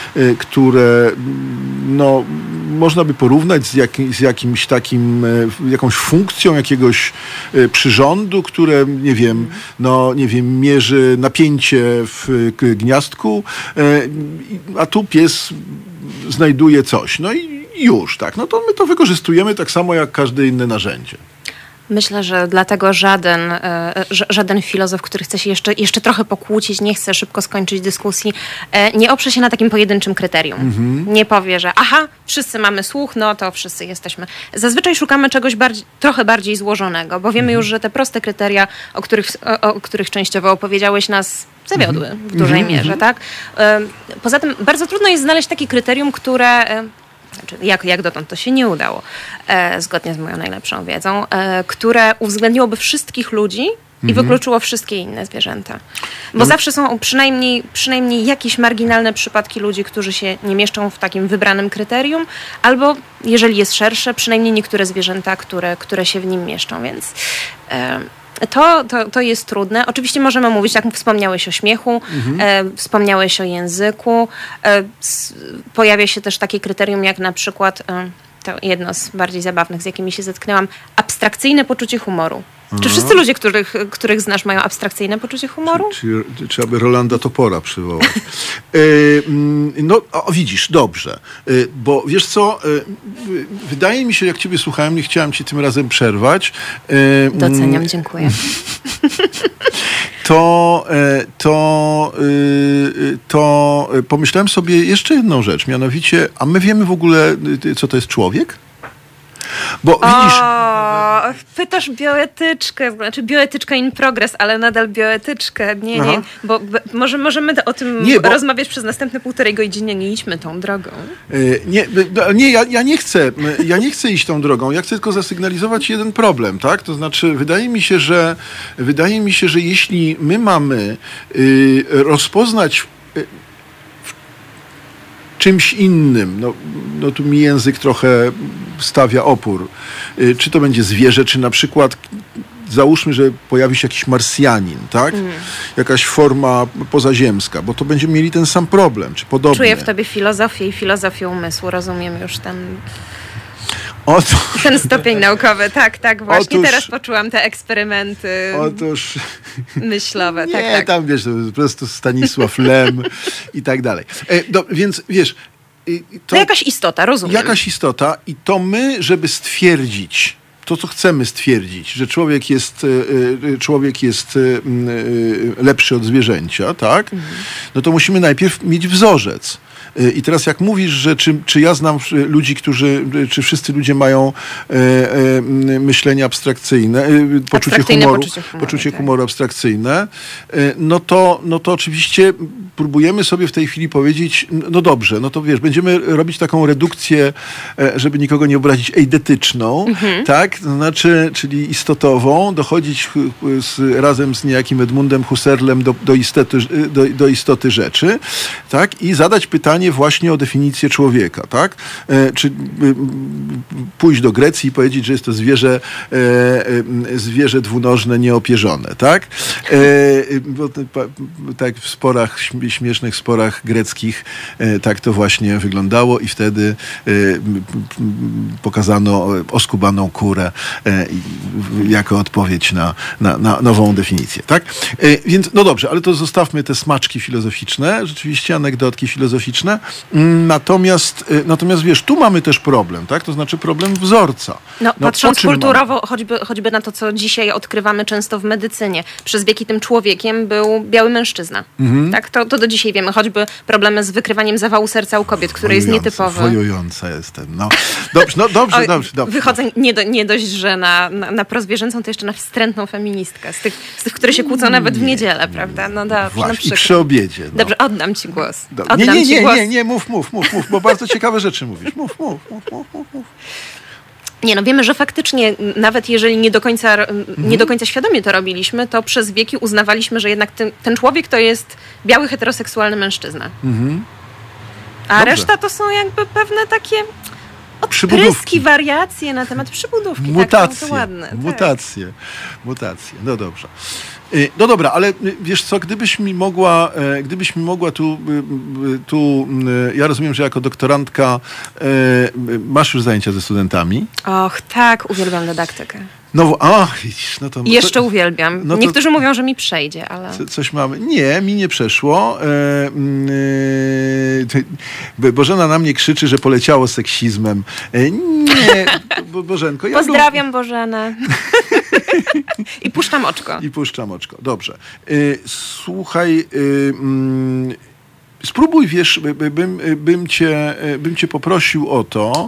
które no, można by porównać z, jak, z jakimś takim, jakąś funkcją jakiegoś przyrządu, które, nie wiem, no, nie wiem, mierzy napięcie w gniazdku, a tu pies znajduje coś. No i już, tak. No to my to wykorzystujemy tak samo jak każde inne narzędzie. Myślę, że dlatego żaden, żaden filozof, który chce się jeszcze, jeszcze trochę pokłócić, nie chce szybko skończyć dyskusji, nie oprze się na takim pojedynczym kryterium. Mhm. Nie powie, że aha, wszyscy mamy słuch, no to wszyscy jesteśmy. Zazwyczaj szukamy czegoś bardziej, trochę bardziej złożonego, bo wiemy mhm. już, że te proste kryteria, o których, o, o których częściowo opowiedziałeś, nas zawiodły mhm. w dużej mhm. mierze. Tak? Poza tym bardzo trudno jest znaleźć takie kryterium, które... Znaczy, jak, jak dotąd to się nie udało, e, zgodnie z moją najlepszą wiedzą, e, które uwzględniłoby wszystkich ludzi i mhm. wykluczyło wszystkie inne zwierzęta. Bo no. zawsze są przynajmniej, przynajmniej jakieś marginalne przypadki ludzi, którzy się nie mieszczą w takim wybranym kryterium, albo jeżeli jest szersze, przynajmniej niektóre zwierzęta, które, które się w nim mieszczą, więc... E, To, to, to jest trudne. Oczywiście możemy mówić, jak wspomniałeś o śmiechu, mhm. e, wspomniałeś o języku. E, s, pojawia się też takie kryterium jak na przykład, e, to jedno z bardziej zabawnych, z jakimi się zetknęłam, abstrakcyjne poczucie humoru. Czy wszyscy ludzie, których, których znasz, mają abstrakcyjne poczucie humoru? Czy, czy, trzeba by Rolanda Topora przywołać. e, no, o, widzisz, dobrze. E, bo wiesz co, e, wydaje mi się, jak ciebie słuchałem, nie chciałem ci tym razem przerwać. E, Doceniam, dziękuję. To, to, to pomyślałem sobie jeszcze jedną rzecz, mianowicie, a my wiemy w ogóle, co to jest człowiek? Bo widzisz... O, pytasz bioetyczkę, znaczy bioetyczka in progress, ale nadal bioetyczkę. Nie, Aha. nie, bo, bo może możemy o tym nie, bo... rozmawiać przez następne półtorej godziny, nie idźmy tą drogą. Yy, nie, nie ja, ja nie chcę, ja nie chcę iść tą drogą, ja chcę tylko zasygnalizować jeden problem, tak? To znaczy, wydaje mi się, że wydaje mi się, że jeśli my mamy yy, rozpoznać yy, czymś innym, no, no tu mi język trochę stawia opór. Czy to będzie zwierzę, czy na przykład załóżmy, że pojawi się jakiś Marsjanin, tak? Mm. Jakaś forma pozaziemska, bo to będziemy mieli ten sam problem, czy podobnie. Czuję w tobie filozofię i filozofię umysłu, rozumiem już ten... Otóż, ten stopień naukowy, tak, tak, właśnie otóż, teraz poczułam te eksperymenty otóż, myślowe. Nie, tak, tak. tam wiesz, to po prostu Stanisław Lem i tak dalej. E, do, więc wiesz... To, to jakaś istota, rozumiem. Jakaś istota i to my, żeby stwierdzić to, co chcemy stwierdzić, że człowiek jest, człowiek jest lepszy od zwierzęcia, tak? Mhm. No to musimy najpierw mieć wzorzec. I teraz jak mówisz, że czy, czy ja znam ludzi, którzy, czy wszyscy ludzie mają e, e, myślenie abstrakcyjne, e, poczucie abstrakcyjne humoru, poczucie humoru, poczucie tak. humoru abstrakcyjne, e, no, to, no to oczywiście próbujemy sobie w tej chwili powiedzieć, no dobrze, no to wiesz, będziemy robić taką redukcję, e, żeby nikogo nie obrazić, eidetyczną, mhm. tak? To znaczy, czyli istotową, dochodzić z, razem z niejakim Edmundem Husserlem do, do, istoty, do, do istoty rzeczy, tak? I zadać pytanie właśnie o definicję człowieka, tak? E, czy e, pójść do Grecji i powiedzieć, że jest to zwierzę, e, e, zwierzę dwunożne, nieopierzone, tak? E, bo, pa, tak w sporach, śmiesznych sporach greckich e, tak to właśnie wyglądało i wtedy e, pokazano oskubaną kurę e, jako odpowiedź na, na, na nową definicję, tak? E, więc, no dobrze, ale to zostawmy te smaczki filozoficzne, rzeczywiście anegdotki filozoficzne. Natomiast, natomiast wiesz, tu mamy też problem, tak? To znaczy problem wzorca. No, no patrząc kulturowo, choćby, choćby na to, co dzisiaj odkrywamy często w medycynie. Przez wieki tym człowiekiem był biały mężczyzna. Mhm. Tak? To, to do dzisiaj wiemy. Choćby problemy z wykrywaniem zawału serca u kobiet, który jest nietypowy. Wojująca jestem. No. Dobrze, no dobrze, Oj, dobrze, dobrze. Wychodzę nie, do, nie dość, że na, na, na prozwierzęcą, to jeszcze na wstrętną feministkę. Z tych, z tych które się kłócą nawet w niedzielę, prawda? No dobrze, Właśnie, i przy obiedzie. No. Dobrze, oddam ci głos. Oddam nie, nie, nie, nie, nie, nie, mów, mów, mów, mów, bo bardzo ciekawe rzeczy mówisz. Mów, mów, mów, mów, mów, mów. Nie, no wiemy, że faktycznie, nawet jeżeli nie do końca, mhm. nie do końca świadomie to robiliśmy, to przez wieki uznawaliśmy, że jednak ten, ten człowiek to jest biały, heteroseksualny mężczyzna. Mhm. A Dobrze. Reszta to są jakby pewne takie odpryski, wariacje na temat przybudówki. Mutacje, tak, to ładne, mutacje, tak. mutacje. No dobrze. No dobra, ale wiesz co, gdybyś mi mogła, gdybyś mi mogła tu, tu, ja rozumiem, że jako doktorantka masz już zajęcia ze studentami. Och, tak, uwielbiam dydaktykę. No, a, widzisz, no to... I jeszcze to, uwielbiam. No to, Niektórzy mówią, że mi przejdzie, ale... Co, coś mamy. Nie, mi nie przeszło. E, e, Bożena na mnie krzyczy, że poleciało seksizmem. E, nie, Bo, Bożenko. Ja Pozdrawiam lub... Bożenę. I puszczam oczko. I puszczam oczko. Dobrze. E, słuchaj... E, mm, Spróbuj, wiesz, bym, bym, cię, bym cię poprosił o to,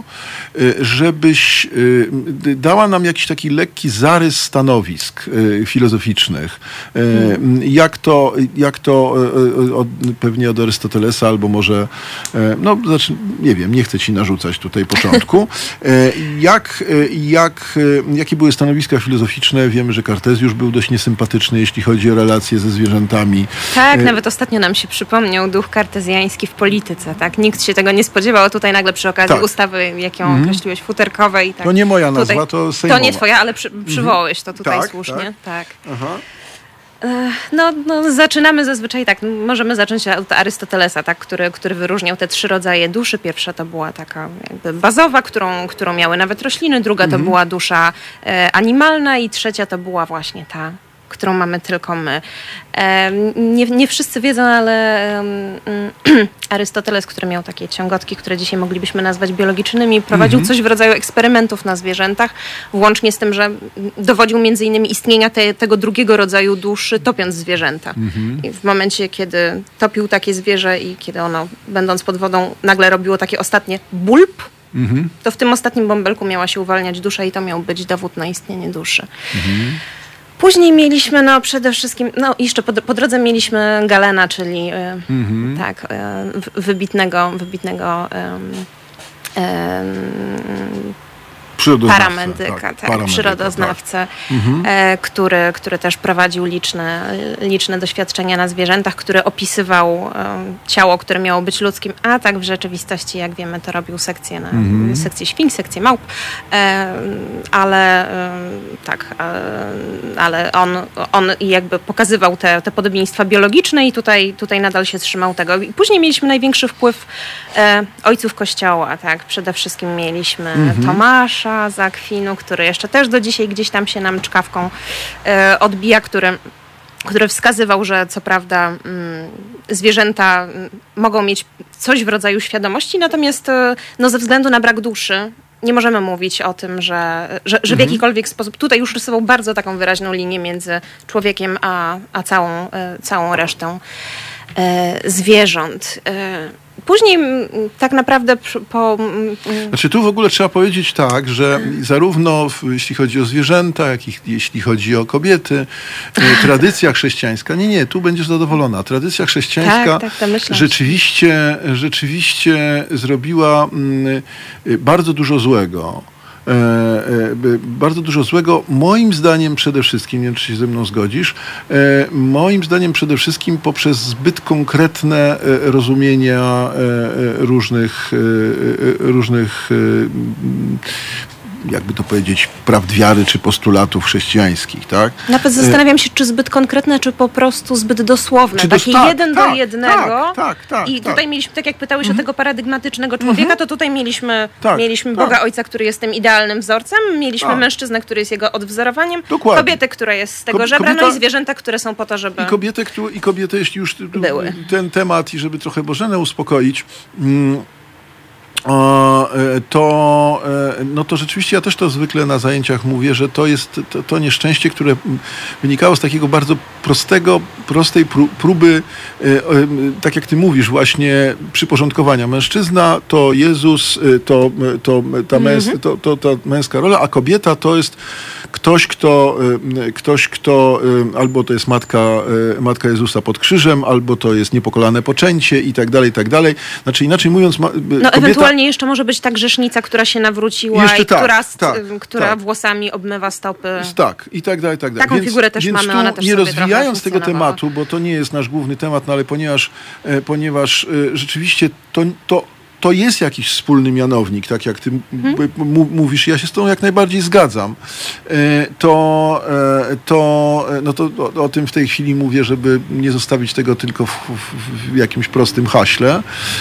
żebyś dała nam jakiś taki lekki zarys stanowisk filozoficznych. Hmm. Jak to, jak to od, pewnie od Arystotelesa, albo może, no znaczy, nie wiem, nie chcę ci narzucać tutaj początku. Jak, jak, jakie były stanowiska filozoficzne? Wiemy, że Kartezjusz był dość niesympatyczny, jeśli chodzi o relacje ze zwierzętami. Tak, nawet ostatnio nam się przypomniał duch kartezjański w polityce, tak? Nikt się tego nie spodziewał, a tutaj nagle przy okazji tak. ustawy, jak ją mm. określiłeś, futerkowej. Tak. To nie moja nazwa, tutaj, to sejmowa. To nie twoja, ale przy, przywołałeś to tutaj tak, słusznie. Tak. tak. Aha. No, no, zaczynamy zazwyczaj tak, możemy zacząć od Arystotelesa, tak, który, który wyróżniał te trzy rodzaje duszy. Pierwsza to była taka jakby bazowa, którą, którą miały nawet rośliny, druga to mm. była dusza e, animalna i trzecia to była właśnie ta, którą mamy tylko my. Nie, nie wszyscy wiedzą, ale um, Arystoteles, który miał takie ciągotki, które dzisiaj moglibyśmy nazwać biologicznymi, prowadził mm-hmm. coś w rodzaju eksperymentów na zwierzętach, włącznie z tym, że dowodził między innymi istnienia te, tego drugiego rodzaju duszy, topiąc zwierzęta. Mm-hmm. I w momencie, kiedy topił takie zwierzę i kiedy ono, będąc pod wodą, nagle robiło takie ostatnie bulb, mm-hmm. to w tym ostatnim bąbelku miała się uwalniać dusza i to miał być dowód na istnienie duszy. Mm-hmm. Później mieliśmy, no przede wszystkim, no jeszcze po, po drodze mieliśmy Galena, czyli mm-hmm. tak, y, wybitnego, wybitnego y, y, paramedyka, tak, tak, paramedyka, przyrodoznawcę, tak. e, który, który też prowadził liczne, liczne doświadczenia na zwierzętach, który opisywał e, ciało, które miało być ludzkim, a tak w rzeczywistości, jak wiemy, to robił sekcję, na, mm-hmm. sekcję świń, sekcję małp, e, ale e, tak, e, ale on, on jakby pokazywał te, te podobieństwa biologiczne i tutaj, tutaj nadal się trzymał tego. I później mieliśmy największy wpływ e, ojców Kościoła, tak, przede wszystkim mieliśmy mm-hmm. Tomasza z Akwinu, który jeszcze też do dzisiaj gdzieś tam się nam czkawką e, odbija, który, który wskazywał, że co prawda mm, zwierzęta m, mogą mieć coś w rodzaju świadomości, natomiast e, no, ze względu na brak duszy nie możemy mówić o tym, że, że, że w mhm. jakikolwiek sposób, tutaj już rysował bardzo taką wyraźną linię między człowiekiem a, a całą, e, całą resztą e, zwierząt. E, Później tak naprawdę po... Znaczy tu w ogóle trzeba powiedzieć tak, że zarówno w, jeśli chodzi o zwierzęta, jak i jeśli chodzi o kobiety, tradycja chrześcijańska, nie, nie, tu będziesz zadowolona. Tradycja chrześcijańska tak, tak, rzeczywiście, rzeczywiście zrobiła mm, bardzo dużo złego. E, e, bardzo dużo złego. Moim zdaniem przede wszystkim, nie wiem, czy się ze mną zgodzisz, e, moim zdaniem przede wszystkim poprzez zbyt konkretne e, rozumienia e, różnych, e, różnych e, jakby to powiedzieć, prawd wiary czy postulatów chrześcijańskich, tak? Nawet zastanawiam się, czy zbyt konkretne, czy po prostu zbyt dosłowne. Czy Takie tak, jeden tak, do jednego. Tak, tak, tak. I tak. tutaj mieliśmy, tak jak pytałeś mm-hmm. o tego paradygmatycznego człowieka, mm-hmm. to tutaj mieliśmy, tak, mieliśmy tak. Boga Ojca, który jest tym idealnym wzorcem, mieliśmy tak. mężczyznę, który jest jego odwzorowaniem, Dokładnie. kobietę, która jest z tego Ko- żebra, kobieta... no i zwierzęta, które są po to, żeby... I kobietę, któ- i kobietę jeśli już były. ten temat i żeby trochę Bożenę uspokoić, mm, to, no to rzeczywiście ja też to zwykle na zajęciach mówię, że to jest to, to nieszczęście, które wynikało z takiego bardzo prostego, prostej próby, tak jak ty mówisz, właśnie przyporządkowania. Mężczyzna to Jezus, to, to, ta, męs, mm-hmm. to, to ta męska rola, a kobieta to jest ktoś, kto, ktoś, kto albo to jest matka, matka Jezusa pod krzyżem, albo to jest niepokolane poczęcie i tak dalej, i tak dalej. Znaczy inaczej mówiąc, ma, no kobieta... ewentualnie jeszcze może być ta grzesznica, która się nawróciła jeszcze i tak, która, tak, która tak. włosami obmywa stopy. Tak, i tak dalej, i tak dalej. Taką więc, figurę też więc mamy, tu, ona też nie sobie rozwijając tego funkcjonowała. tematu, bo to nie jest nasz główny temat, no ale ponieważ, ponieważ rzeczywiście to, to to jest jakiś wspólny mianownik, tak jak ty hmm. m- mówisz, ja się z tą jak najbardziej zgadzam. To, to, no to o, o tym w tej chwili mówię, żeby nie zostawić tego tylko w, w, w jakimś prostym haśle.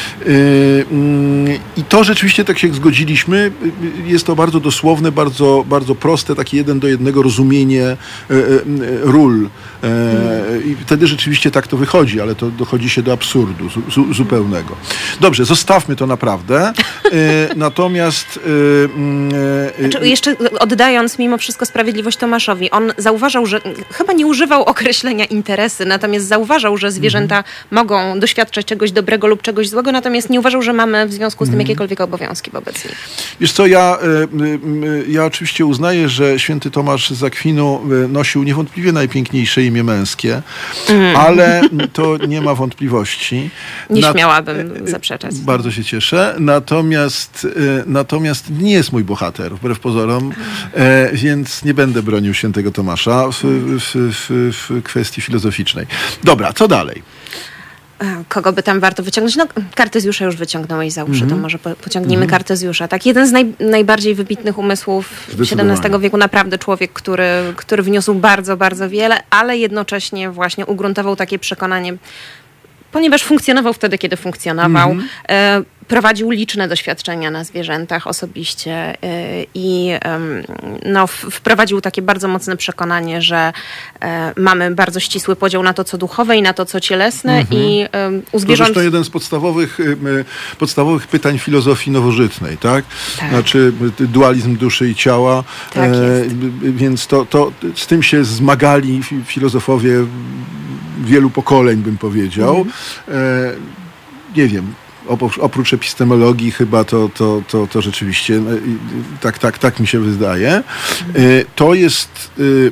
I to rzeczywiście, tak się zgodziliśmy, jest to bardzo dosłowne, bardzo, bardzo proste, takie jeden do jednego rozumienie ról. I wtedy rzeczywiście tak to wychodzi, ale to dochodzi się do absurdu zu, zupełnego. Dobrze, zostawmy to naprawdę. Natomiast... Znaczy, jeszcze oddając mimo wszystko sprawiedliwość Tomaszowi, on zauważał, że chyba nie używał określenia interesy, natomiast zauważał, że zwierzęta mhm. mogą doświadczać czegoś dobrego lub czegoś złego, natomiast nie uważał, że mamy w związku z tym jakiekolwiek obowiązki wobec nich. Wiesz co, ja, ja oczywiście uznaję, że święty Tomasz z Akwinu nosił niewątpliwie najpiękniejsze imię męskie, mm. ale to nie ma wątpliwości. Nie Na... śmiałabym zaprzeczać. Bardzo się cieszę. Natomiast, natomiast nie jest mój bohater, wbrew pozorom, e, więc nie będę bronił świętego Tomasza w, w, w, w kwestii filozoficznej. Dobra, co dalej? Kogo by tam warto wyciągnąć? No, Kartezjusza już wyciągnąłeś za uszy, mm-hmm. to może po, pociągnijmy mm-hmm. Kartezjusza. Tak, jeden z naj, najbardziej wybitnych umysłów siedemnastego wieku, naprawdę człowiek, który, który wniósł bardzo, bardzo wiele, ale jednocześnie właśnie ugruntował takie przekonanie, ponieważ funkcjonował wtedy, kiedy funkcjonował, mm-hmm. e, prowadził liczne doświadczenia na zwierzętach osobiście i no, wprowadził takie bardzo mocne przekonanie, że mamy bardzo ścisły podział na to, co duchowe i na to, co cielesne mhm. i u zwierząt... To jeden z podstawowych, podstawowych pytań filozofii nowożytnej, tak? tak? Znaczy dualizm duszy i ciała. Tak jest. Więc to, to z tym się zmagali filozofowie wielu pokoleń, bym powiedział. Mhm. Nie wiem, oprócz epistemologii chyba to, to, to, to rzeczywiście tak, tak, tak mi się wydaje. To jest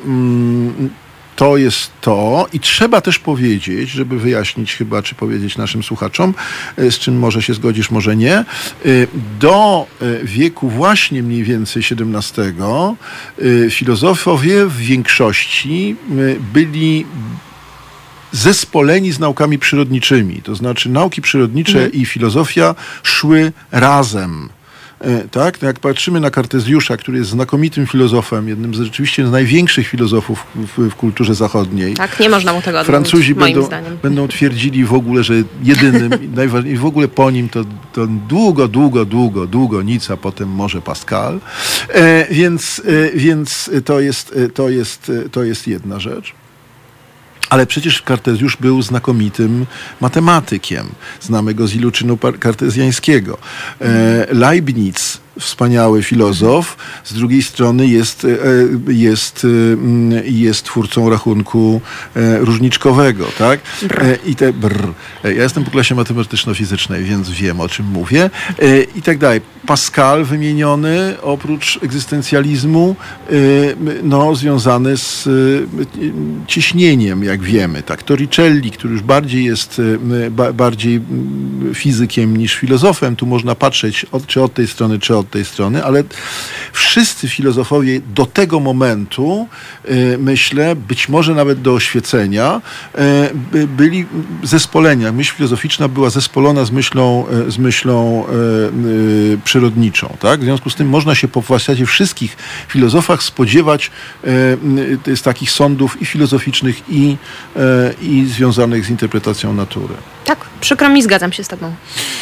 to jest to i trzeba też powiedzieć, żeby wyjaśnić chyba, czy powiedzieć naszym słuchaczom, z czym może się zgodzisz, może nie, do wieku właśnie mniej więcej siedemnastego filozofowie w większości byli zespoleni z naukami przyrodniczymi. To znaczy nauki przyrodnicze mhm. i filozofia szły razem. Tak? Jak patrzymy na Kartezjusza, który jest znakomitym filozofem, jednym z rzeczywiście z największych filozofów w, w kulturze zachodniej. Tak, nie można mu tego odmówić, Francuzi moim będą, zdaniem. będą twierdzili w ogóle, że jedynym i w ogóle po nim to, to długo, długo, długo, długo nic, a potem może Pascal. E, więc e, więc to, jest, to, jest, to jest jedna rzecz. Ale przecież Kartezjusz był znakomitym matematykiem. Znamy go z iluczynu kartezjańskiego. E, Leibniz, wspaniały filozof, z drugiej strony jest, jest, jest twórcą rachunku różniczkowego, tak? I te brr. Ja jestem po klasie matematyczno-fizycznej, więc wiem, o czym mówię. I tak dalej. Pascal wymieniony, oprócz egzystencjalizmu, no, związany z cieśnieniem, jak wiemy. Tak? Torricelli, który już bardziej jest bardziej fizykiem niż filozofem, tu można patrzeć od, czy od tej strony, czy od tej strony, ale wszyscy filozofowie do tego momentu, myślę, być może nawet do oświecenia, byli zespolenia. Myśl filozoficzna była zespolona z myślą, z myślą przyrodniczą. Tak? W związku z tym można się po w zasadzie wszystkich filozofach spodziewać z takich sądów i filozoficznych, i, i związanych z interpretacją natury. Tak, przykro mi, zgadzam się z tobą.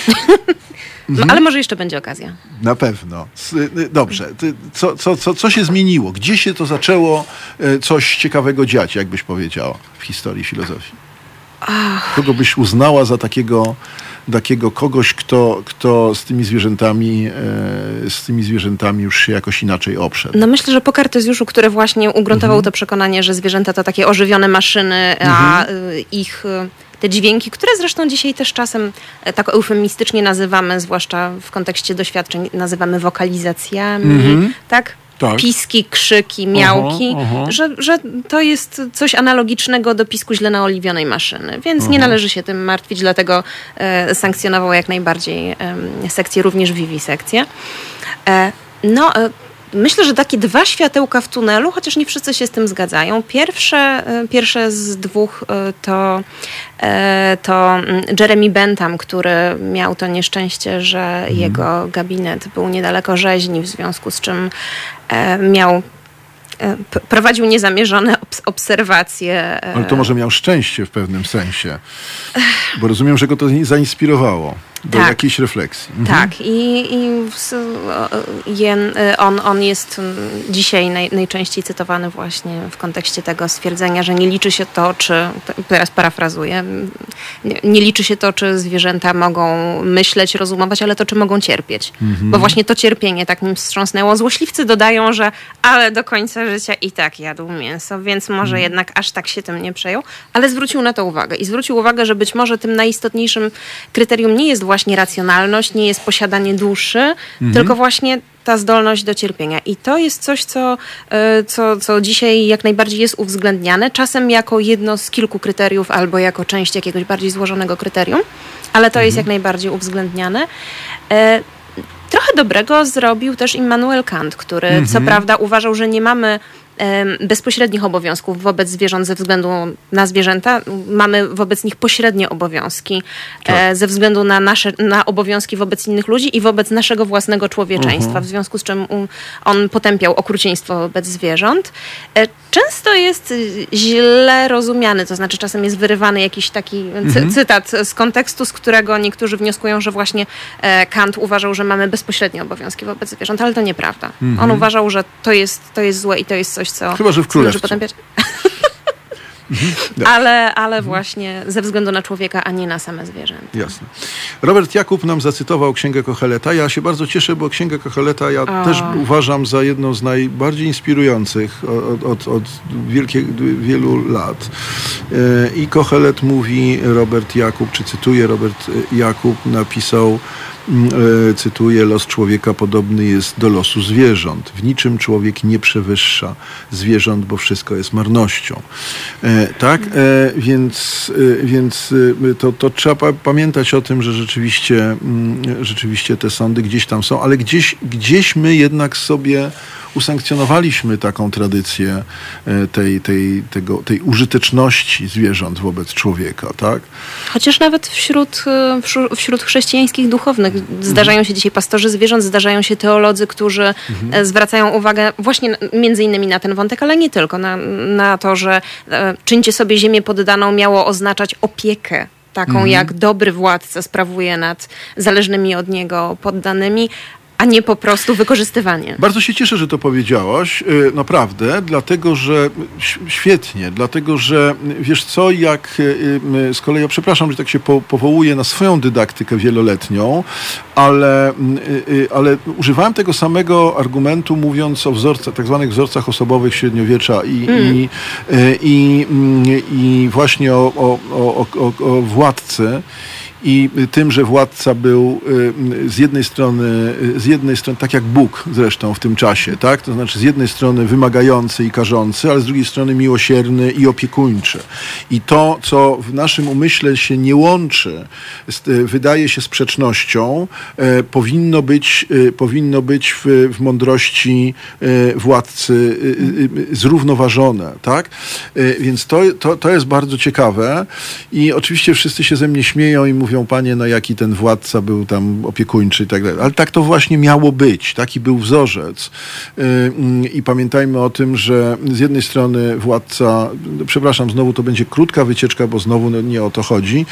No, ale może jeszcze będzie okazja. Na pewno. Dobrze. Co, co, co, co się zmieniło? Gdzie się to zaczęło coś ciekawego dziać, jakbyś powiedziała, w historii filozofii? Ach. Kogo byś uznała za takiego, takiego kogoś, kto, kto z tymi zwierzętami z tymi zwierzętami już się jakoś inaczej oprzedł? No myślę, że po Kartezjuszu, który właśnie ugruntował mhm. to przekonanie, że zwierzęta to takie ożywione maszyny, a mhm. ich... te dźwięki, które zresztą dzisiaj też czasem tak eufemistycznie nazywamy, zwłaszcza w kontekście doświadczeń, nazywamy wokalizacjami, mm-hmm. tak? tak? Piski, krzyki, miałki, aha, aha. Że, że to jest coś analogicznego do pisku źle naoliwionej maszyny, więc aha. nie należy się tym martwić, dlatego e, sankcjonował jak najbardziej e, sekcję, również wiwisekcję. E, no, e, myślę, że takie dwa światełka w tunelu, chociaż nie wszyscy się z tym zgadzają. Pierwsze, pierwsze z dwóch to, to Jeremy Bentham, który miał to nieszczęście, że mhm. jego gabinet był niedaleko rzeźni, w związku z czym miał prowadził niezamierzone obserwacje. Ale to może miał szczęście w pewnym sensie, bo rozumiem, że go to zainspirowało do tak. jakiejś refleksji. Mhm. Tak. I, i on, on jest dzisiaj naj, najczęściej cytowany właśnie w kontekście tego stwierdzenia, że nie liczy się to, czy, teraz parafrazuję, nie, nie liczy się to, czy zwierzęta mogą myśleć, rozumować, ale to, czy mogą cierpieć. Mhm. Bo właśnie to cierpienie tak nim wstrząsnęło. Złośliwcy dodają, że ale do końca życia i tak jadł mięso, więc może mhm. jednak aż tak się tym nie przejął, ale zwrócił na to uwagę. I zwrócił uwagę, że być może tym najistotniejszym kryterium nie jest właśnie racjonalność, nie jest posiadanie duszy, mhm. tylko właśnie ta zdolność do cierpienia. I to jest coś, co, co, co dzisiaj jak najbardziej jest uwzględniane, czasem jako jedno z kilku kryteriów albo jako część jakiegoś bardziej złożonego kryterium, ale to mhm. jest jak najbardziej uwzględniane. Trochę dobrego zrobił też Immanuel Kant, który mhm. co prawda uważał, że nie mamy bezpośrednich obowiązków wobec zwierząt ze względu na zwierzęta. Mamy wobec nich pośrednie obowiązki tak. ze względu na nasze na obowiązki wobec innych ludzi i wobec naszego własnego człowieczeństwa, uh-huh. w związku z czym on potępiał okrucieństwo wobec zwierząt. Często jest źle rozumiany, to znaczy czasem jest wyrywany jakiś taki cy- uh-huh. cytat z kontekstu, z którego niektórzy wnioskują, że właśnie Kant uważał, że mamy bezpośrednie obowiązki wobec zwierząt, ale to nieprawda. Uh-huh. On uważał, że to jest, to jest złe i to jest coś, co... Chyba, że w królestwie. Potępiać. Mhm. ale ale mhm. właśnie ze względu na człowieka, a nie na same zwierzęta. Jasne. Robert Jakub nam zacytował Księgę Kocheleta. Ja się bardzo cieszę, bo Księgę Kocheleta ja o. też uważam za jedną z najbardziej inspirujących od, od, od wielkie, wielu lat. I Kochelet mówi, Robert Jakub, czy cytuję, Robert Jakub napisał, cytuję, los człowieka podobny jest do losu zwierząt. W niczym człowiek nie przewyższa zwierząt, bo wszystko jest marnością. E, tak? E, więc więc to, to trzeba pamiętać o tym, że rzeczywiście, rzeczywiście te sądy gdzieś tam są, ale gdzieś, gdzieś my jednak sobie usankcjonowaliśmy taką tradycję tej, tej, tego, tej użyteczności zwierząt wobec człowieka, tak? Chociaż nawet wśród, wśród chrześcijańskich duchownych zdarzają mhm. się dzisiaj pastorzy zwierząt, zdarzają się teolodzy, którzy mhm. zwracają uwagę właśnie między innymi na ten wątek, ale nie tylko, na, na to, że czyńcie sobie ziemię poddaną miało oznaczać opiekę taką, mhm. jak dobry władca sprawuje nad zależnymi od niego poddanymi, a nie po prostu wykorzystywanie. Bardzo się cieszę, że to powiedziałaś, naprawdę, dlatego, że świetnie, dlatego, że wiesz co, jak z kolei, ja przepraszam, że tak się po, powołuję na swoją dydaktykę wieloletnią, ale, ale używałem tego samego argumentu, mówiąc o wzorcach, tak zwanych wzorcach osobowych średniowiecza i, mm. i, i, i właśnie o, o, o, o, o władcy. I tym, że władca był z jednej strony, z jednej strony, tak jak Bóg zresztą w tym czasie, tak? To znaczy z jednej strony wymagający i karzący, ale z drugiej strony miłosierny i opiekuńczy. I to, co w naszym umyśle się nie łączy, wydaje się sprzecznością, powinno być, powinno być w, w mądrości władcy zrównoważone, tak? Więc to, to, to jest bardzo ciekawe i oczywiście wszyscy się ze mnie śmieją i mówią, mówią, panie, no jaki ten władca był tam opiekuńczy i tak dalej. Ale tak to właśnie miało być. Taki był wzorzec. I pamiętajmy o tym, że z jednej strony władca, przepraszam, znowu to będzie krótka wycieczka, bo znowu nie o to chodzi.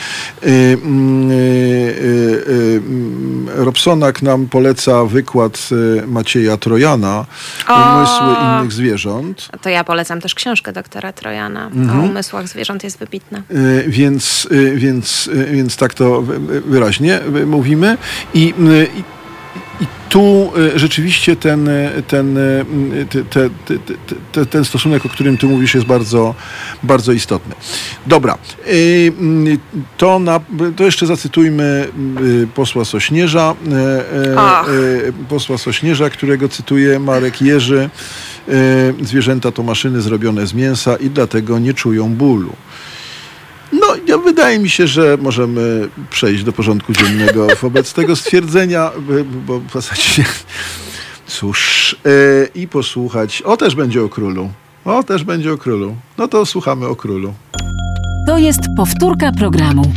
Robsonak nam poleca wykład Macieja Trojana, Umysły innych zwierząt. To ja polecam też książkę doktora Trojana. Mhm. O umysłach zwierząt jest wybitna. Więc, więc, więc tak to wyraźnie mówimy. I, i, i tu rzeczywiście ten, ten, te, te, te, ten stosunek, o którym ty mówisz, jest bardzo, bardzo istotny. Dobra. To, na, to jeszcze zacytujmy posła Sośnierza. Ach. Posła Sośnierza, którego cytuje Marek Jerzy. Zwierzęta to maszyny zrobione z mięsa i dlatego nie czują bólu. No, ja, wydaje mi się, że możemy przejść do porządku dziennego wobec tego stwierdzenia, bo w zasadzie cóż, yy, i posłuchać, o też będzie o królu, o też będzie o królu. No to słuchamy o królu. To jest powtórka programu.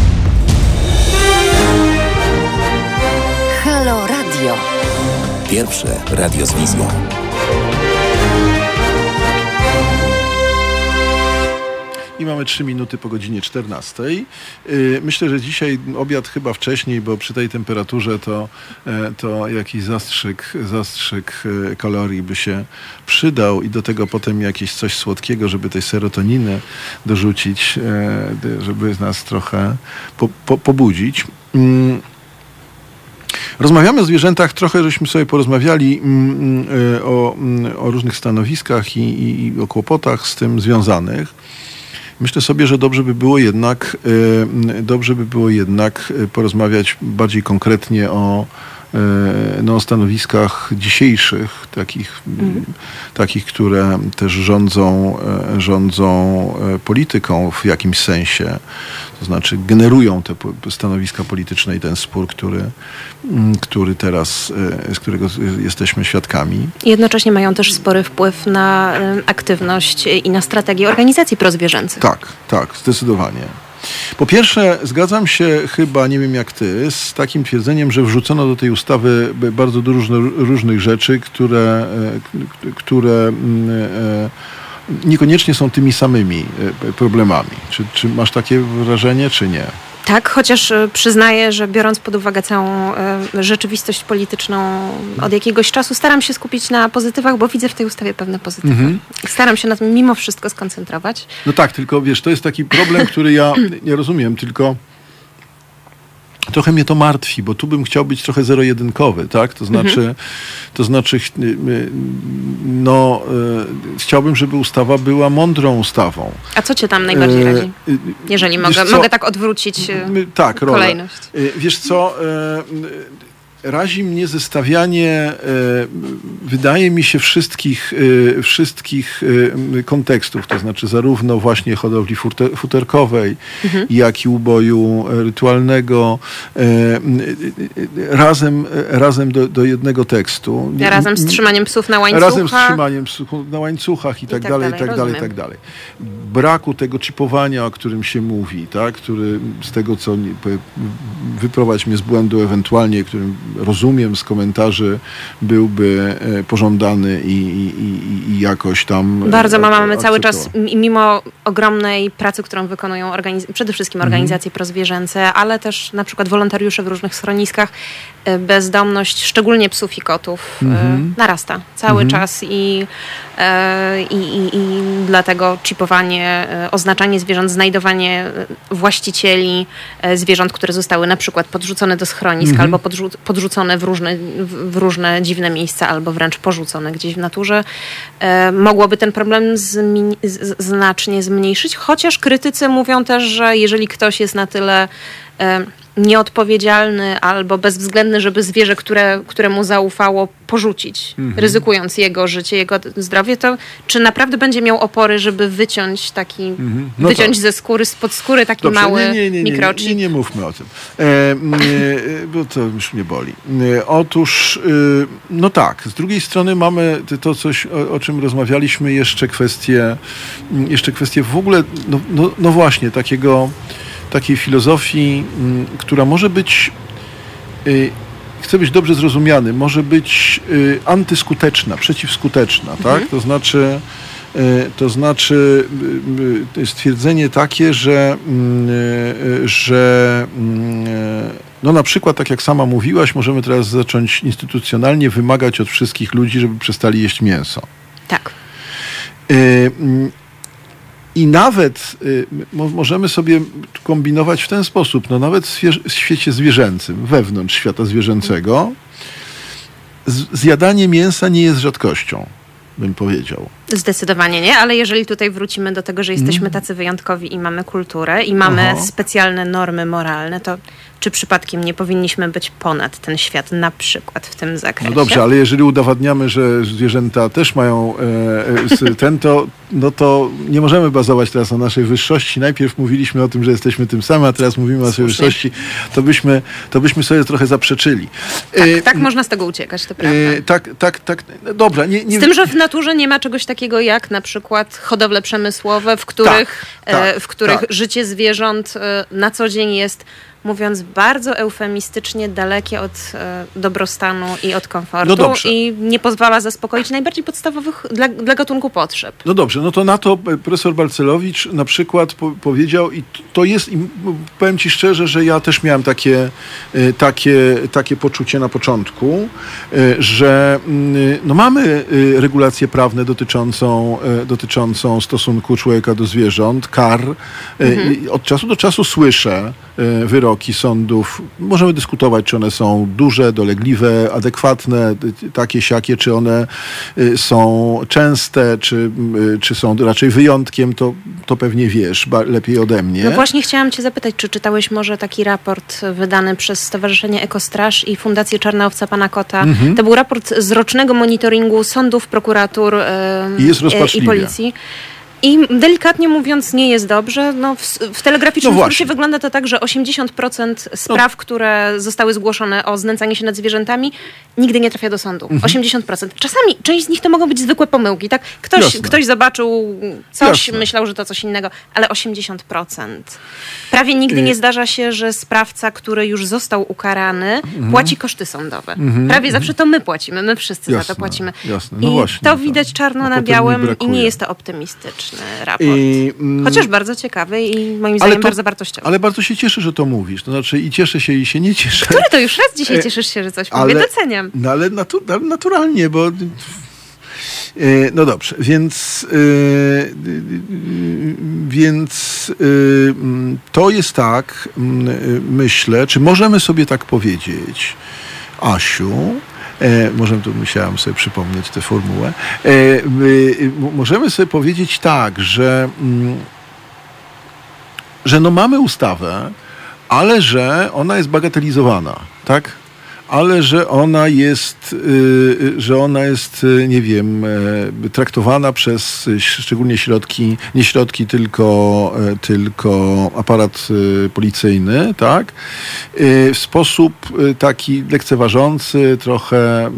Halo Radio. Pierwsze radio z wizją. I mamy trzy minuty po godzinie czternastej. Yy, myślę, że dzisiaj obiad chyba wcześniej, bo przy tej temperaturze to, e, to jakiś zastrzyk, zastrzyk e, kalorii by się przydał i do tego potem jakieś coś słodkiego, żeby tej serotoniny dorzucić, e, żeby nas trochę po, po, pobudzić. Yy. Rozmawiamy o zwierzętach, trochę żeśmy sobie porozmawiali mm, y, o, mm, o różnych stanowiskach i, i, i o kłopotach z tym związanych. Myślę sobie, że dobrze by było jednak, y, dobrze by było jednak porozmawiać bardziej konkretnie o, y, no, o stanowiskach dzisiejszych, takich, mm. takich, które też rządzą, y, rządzą y, polityką w jakimś sensie. To znaczy generują te stanowiska polityczne i ten spór, który, który teraz, z którego jesteśmy świadkami. Jednocześnie mają też spory wpływ na aktywność i na strategię organizacji prozwierzęcych. Tak, tak, zdecydowanie. Po pierwsze, zgadzam się chyba, nie wiem jak ty, z takim twierdzeniem, że wrzucono do tej ustawy bardzo dużo różnych rzeczy, które, które niekoniecznie są tymi samymi problemami. Czy, czy masz takie wrażenie, czy nie? Tak, chociaż przyznaję, że biorąc pod uwagę całą rzeczywistość polityczną od jakiegoś czasu, staram się skupić na pozytywach, bo widzę w tej ustawie pewne pozytywy. Mhm. Staram się na tym mimo wszystko skoncentrować. No tak, tylko wiesz, to jest taki problem, który ja nie rozumiem, tylko trochę mnie to martwi, bo tu bym chciał być trochę zero-jedynkowy, tak? To znaczy, mhm. to znaczy no, e, chciałbym, żeby ustawa była mądrą ustawą. A co cię tam najbardziej radzi? Jeżeli mogę, mogę tak odwrócić My, tak, kolejność. Rolę. Wiesz co, e, razi mnie zestawianie, e, wydaje mi się, wszystkich, e, wszystkich e, kontekstów, to znaczy zarówno właśnie hodowli futer, futerkowej, mhm. jak i uboju rytualnego, e, e, razem, razem do, do jednego tekstu. Razem z trzymaniem psów na łańcuchach. Razem z trzymaniem psów na łańcuchach i tak, I tak dalej, i tak dalej, i tak dalej. Braku tego czipowania, o którym się mówi, tak, który z tego, co wyprowadź mnie z błędu ewentualnie, którym rozumiem z komentarzy, byłby pożądany i, i, i jakoś tam... Bardzo mamy akceptował. Cały czas, mimo ogromnej pracy, którą wykonują organiz- przede wszystkim organizacje mm. prozwierzęce, ale też na przykład wolontariusze w różnych schroniskach, bezdomność, szczególnie psów i kotów, mm-hmm. narasta cały mm-hmm. czas i, i, i, i dlatego chipowanie, oznaczanie zwierząt, znajdowanie właścicieli zwierząt, które zostały na przykład podrzucone do schronisk mm-hmm. albo podrzu- podrzucone w różne, w różne dziwne miejsca albo wręcz porzucone gdzieś w naturze, mogłoby ten problem zmi- z- znacznie zmniejszyć, chociaż krytycy mówią też, że jeżeli ktoś jest na tyle nieodpowiedzialny albo bezwzględny, żeby zwierzę, które, któremu zaufało, porzucić, mhm. ryzykując jego życie, jego zdrowie, to czy naprawdę będzie miał opory, żeby wyciąć taki, mhm. no wyciąć to. ze skóry, spod skóry taki Dobrze, mały nie, nie, nie, mikrochip? Nie, nie, nie mówmy o tym, e, e, bo to już mnie boli. E, otóż, e, no tak, z drugiej strony mamy to coś, o, o czym rozmawialiśmy, jeszcze kwestię, jeszcze kwestię w ogóle, no, no, no właśnie, takiego takiej filozofii, m, która może być, y, chcę być dobrze zrozumiany, może być y, antyskuteczna, przeciwskuteczna, mhm. tak? To znaczy, y, to znaczy y, y, stwierdzenie takie, że, y, y, że y, no na przykład, tak jak sama mówiłaś, możemy teraz zacząć instytucjonalnie wymagać od wszystkich ludzi, żeby przestali jeść mięso. Tak. Y, y, I nawet y, mo, możemy sobie kombinować w ten sposób, no nawet w, zwierzę, w świecie zwierzęcym, wewnątrz świata zwierzęcego, z, zjadanie mięsa nie jest rzadkością, bym powiedział. Zdecydowanie nie, ale jeżeli tutaj wrócimy do tego, że jesteśmy tacy wyjątkowi i mamy kulturę i mamy Aha. specjalne normy moralne, to czy przypadkiem nie powinniśmy być ponad ten świat na przykład w tym zakresie? No dobrze, ale jeżeli udowadniamy, że zwierzęta też mają e, ten, to, no to nie możemy bazować teraz na naszej wyższości. Najpierw mówiliśmy o tym, że jesteśmy tym samym, a teraz mówimy o swojej wyższości. To byśmy, to byśmy sobie trochę zaprzeczyli. Tak, e, tak można z tego uciekać, to prawda. e, tak, tak, tak. Dobra. Nie, nie... Z tym, że w naturze nie ma czegoś takiego jak na przykład hodowle przemysłowe, w których, Tak, tak, e, w których tak. życie zwierząt e, na co dzień jest, mówiąc bardzo eufemistycznie, dalekie od e, dobrostanu i od komfortu No dobrze. i nie pozwala zaspokoić najbardziej podstawowych dla, dla gatunku potrzeb. No dobrze, no to na to profesor Balcerowicz na przykład po, powiedział i to jest, i powiem ci szczerze, że ja też miałem takie, y, takie, takie poczucie na początku, y, że y, no mamy y, regulację prawne dotyczącą, y, dotyczącą stosunku człowieka do zwierząt, kar. Y, Mhm. Od czasu do czasu słyszę y, wyroki sądów. Możemy dyskutować, czy one są duże, dolegliwe, adekwatne, y, takie, siakie, czy one y, są częste, czy, y, czy są raczej wyjątkiem, to, to pewnie wiesz ba- lepiej ode mnie. No właśnie chciałam cię zapytać, czy czytałeś może taki raport wydany przez Stowarzyszenie Ekostraż i Fundację Czarna Owca Pana Kota? Mhm. To był raport z rocznego monitoringu sądów, prokuratur e, I jest e, i rozpaczliwie. policji. I delikatnie mówiąc nie jest dobrze. No, w, w telegraficznym No skrócie właśnie. wygląda to tak, że osiemdziesiąt procent spraw, No. które zostały zgłoszone o znęcanie się nad zwierzętami, nigdy nie trafia do sądu. Mhm. osiemdziesiąt procent. Czasami część z nich to mogą być zwykłe pomyłki. Tak? Ktoś, Jasne. ktoś zobaczył coś, Jasne. myślał, że to coś innego, ale osiemdziesiąt procent. Prawie nigdy Y- nie zdarza się, że sprawca, który już został ukarany, Mhm. płaci koszty sądowe. Prawie zawsze to my płacimy, my wszyscy za Jasne, to płacimy. jasne. No I właśnie, to tak. widać czarno No na potem mi białym i brakuje. nie jest to optymistyczny raport. I, mm, Chociaż bardzo ciekawy i moim zdaniem to- bardzo wartościowy. Ale bardzo się cieszę, że to mówisz. To znaczy i cieszę się, i się nie cieszę. Który to już raz dzisiaj E, cieszysz się, że coś ale- mówię? Doceniam. No ale natu- ale naturalnie, bo... e, No dobrze, więc, e, więc e, mm, to jest tak, mm, e, myślę, czy możemy sobie tak powiedzieć, Asiu, e, możemy, tu musiałem sobie przypomnieć tę formułę, e, my, m- możemy sobie powiedzieć tak, że, mm, że no mamy ustawę, ale że ona jest bagatelizowana, tak? Ale że ona jest, y, y, że ona jest, y, nie wiem, y, traktowana przez y, szczególnie środki, nie środki, tylko, y, tylko aparat y, policyjny, tak? Y, w sposób y, taki lekceważący, trochę y,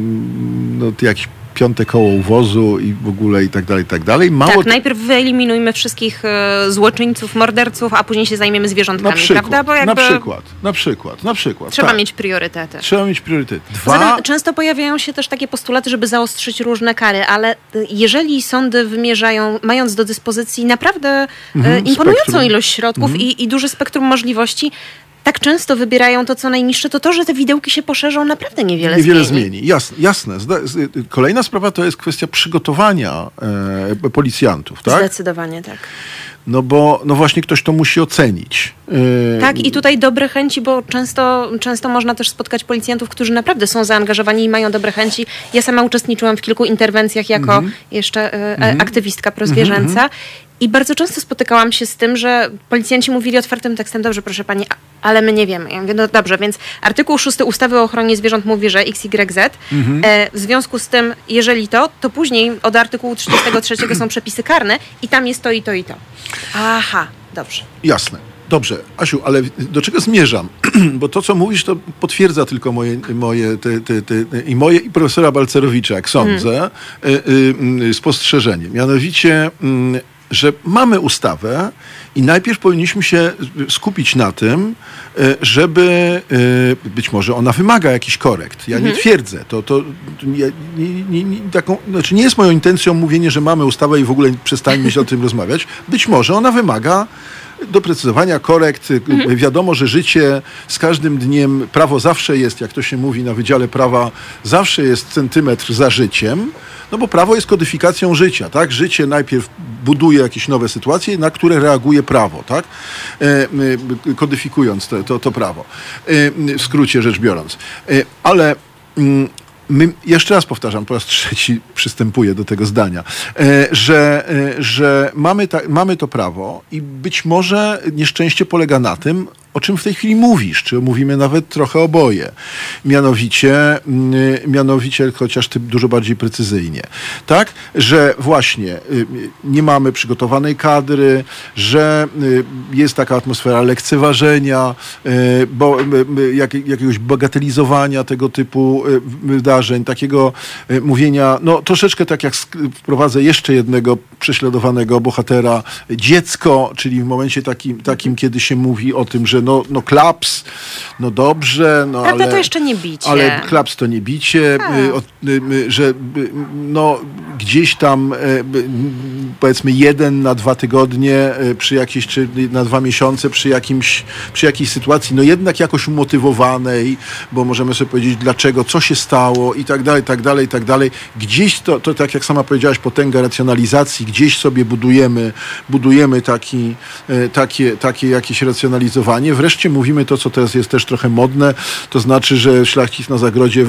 no, jakiś piąte koło uwozu i w ogóle i tak dalej, i tak dalej. Mało Tak, najpierw wyeliminujmy wszystkich e, złoczyńców, morderców, a później się zajmiemy na zwierzątkami, przykład, prawda? Bo jakby na przykład, na przykład, na przykład. trzeba tak. mieć priorytety. Trzeba mieć priorytet. Poza Dwa, tym często pojawiają się też takie postulaty, żeby zaostrzyć różne kary, ale y, jeżeli sądy wymierzają, mając do dyspozycji naprawdę e, Mhm, imponującą spektrum. ilość środków i, i duże spektrum możliwości, tak często wybierają to, co najniższe, to to, że te widełki się poszerzą, naprawdę niewiele, niewiele zmieni. zmieni. Jasne. jasne. Zda- z- Kolejna sprawa to jest kwestia przygotowania e, policjantów, tak? Zdecydowanie tak. No bo no właśnie ktoś to musi ocenić. E, Tak, i tutaj dobre chęci, bo często, często można też spotkać policjantów, którzy naprawdę są zaangażowani i mają dobre chęci. Ja sama uczestniczyłam w kilku interwencjach jako Mhm. jeszcze e, aktywistka prozwierzęca. I bardzo często spotykałam się z tym, że policjanci mówili otwartym tekstem: dobrze, proszę pani, a- ale my nie wiemy. Ja mówię, no dobrze, więc artykuł szósty ustawy o ochronie zwierząt mówi, że X Y Z. E, w związku z tym, jeżeli to, to później od artykułu trzydziestego trzeciego są przepisy karne i tam jest to i to i to. Aha, dobrze. Jasne. Dobrze, Asiu, ale do czego zmierzam? Bo to, co mówisz, to potwierdza tylko moje, moje te, te, te, i moje i profesora Balcerowicza, jak sądzę, y, y, y, spostrzeżenie. Mianowicie, y, że mamy ustawę i najpierw powinniśmy się skupić na tym, y, żeby, y, być może ona wymaga jakichś korekt. Ja nie twierdzę. To, to, to nie, nie, nie, nie, taką, znaczy nie jest moją intencją mówienie, że mamy ustawę i w ogóle przestańmy się o tym rozmawiać. Być może ona wymaga doprecyzowania, korekt. Mhm. Wiadomo, że życie z każdym dniem, prawo zawsze jest, jak to się mówi na Wydziale Prawa, zawsze jest centymetr za życiem, no bo prawo jest kodyfikacją życia, tak? Życie najpierw buduje jakieś nowe sytuacje, na które reaguje prawo, tak? E, e, kodyfikując to, to, to prawo, e, w skrócie rzecz biorąc. E, ale mm, My, jeszcze raz powtarzam, po raz trzeci przystępuję do tego zdania, e, że, e, że mamy, ta, mamy to prawo i być może nieszczęście polega na tym, o czym w tej chwili mówisz, czy mówimy nawet trochę oboje. Mianowicie, y, mianowicie chociaż ty dużo bardziej precyzyjnie. Tak? Że właśnie y, nie mamy przygotowanej kadry, że y, jest taka atmosfera lekceważenia, y, bo, y, jak, jakiegoś bagatelizowania tego typu y, wydarzeń, takiego y, mówienia, no troszeczkę tak jak sk- wprowadzę jeszcze jednego prześladowanego bohatera, dziecko, czyli w momencie takim, takim kiedy się mówi o tym, że no, no klaps, no dobrze, no Prawda, ale... to jeszcze nie bicie. Ale klaps to nie bicie, y, o, y, y, że y, no gdzieś tam y, y, powiedzmy jeden na dwa tygodnie y, przy jakiejś, czy na dwa miesiące przy jakimś, przy jakiejś sytuacji, no jednak jakoś umotywowanej, bo możemy sobie powiedzieć dlaczego, co się stało i tak dalej, i tak dalej, i tak dalej. Gdzieś to, to tak jak sama powiedziałaś, potęga racjonalizacji, gdzieś sobie budujemy, budujemy taki, y, takie, takie jakieś racjonalizowanie. Wreszcie mówimy to, co teraz jest też trochę modne, to znaczy, że szlachcic na zagrodzie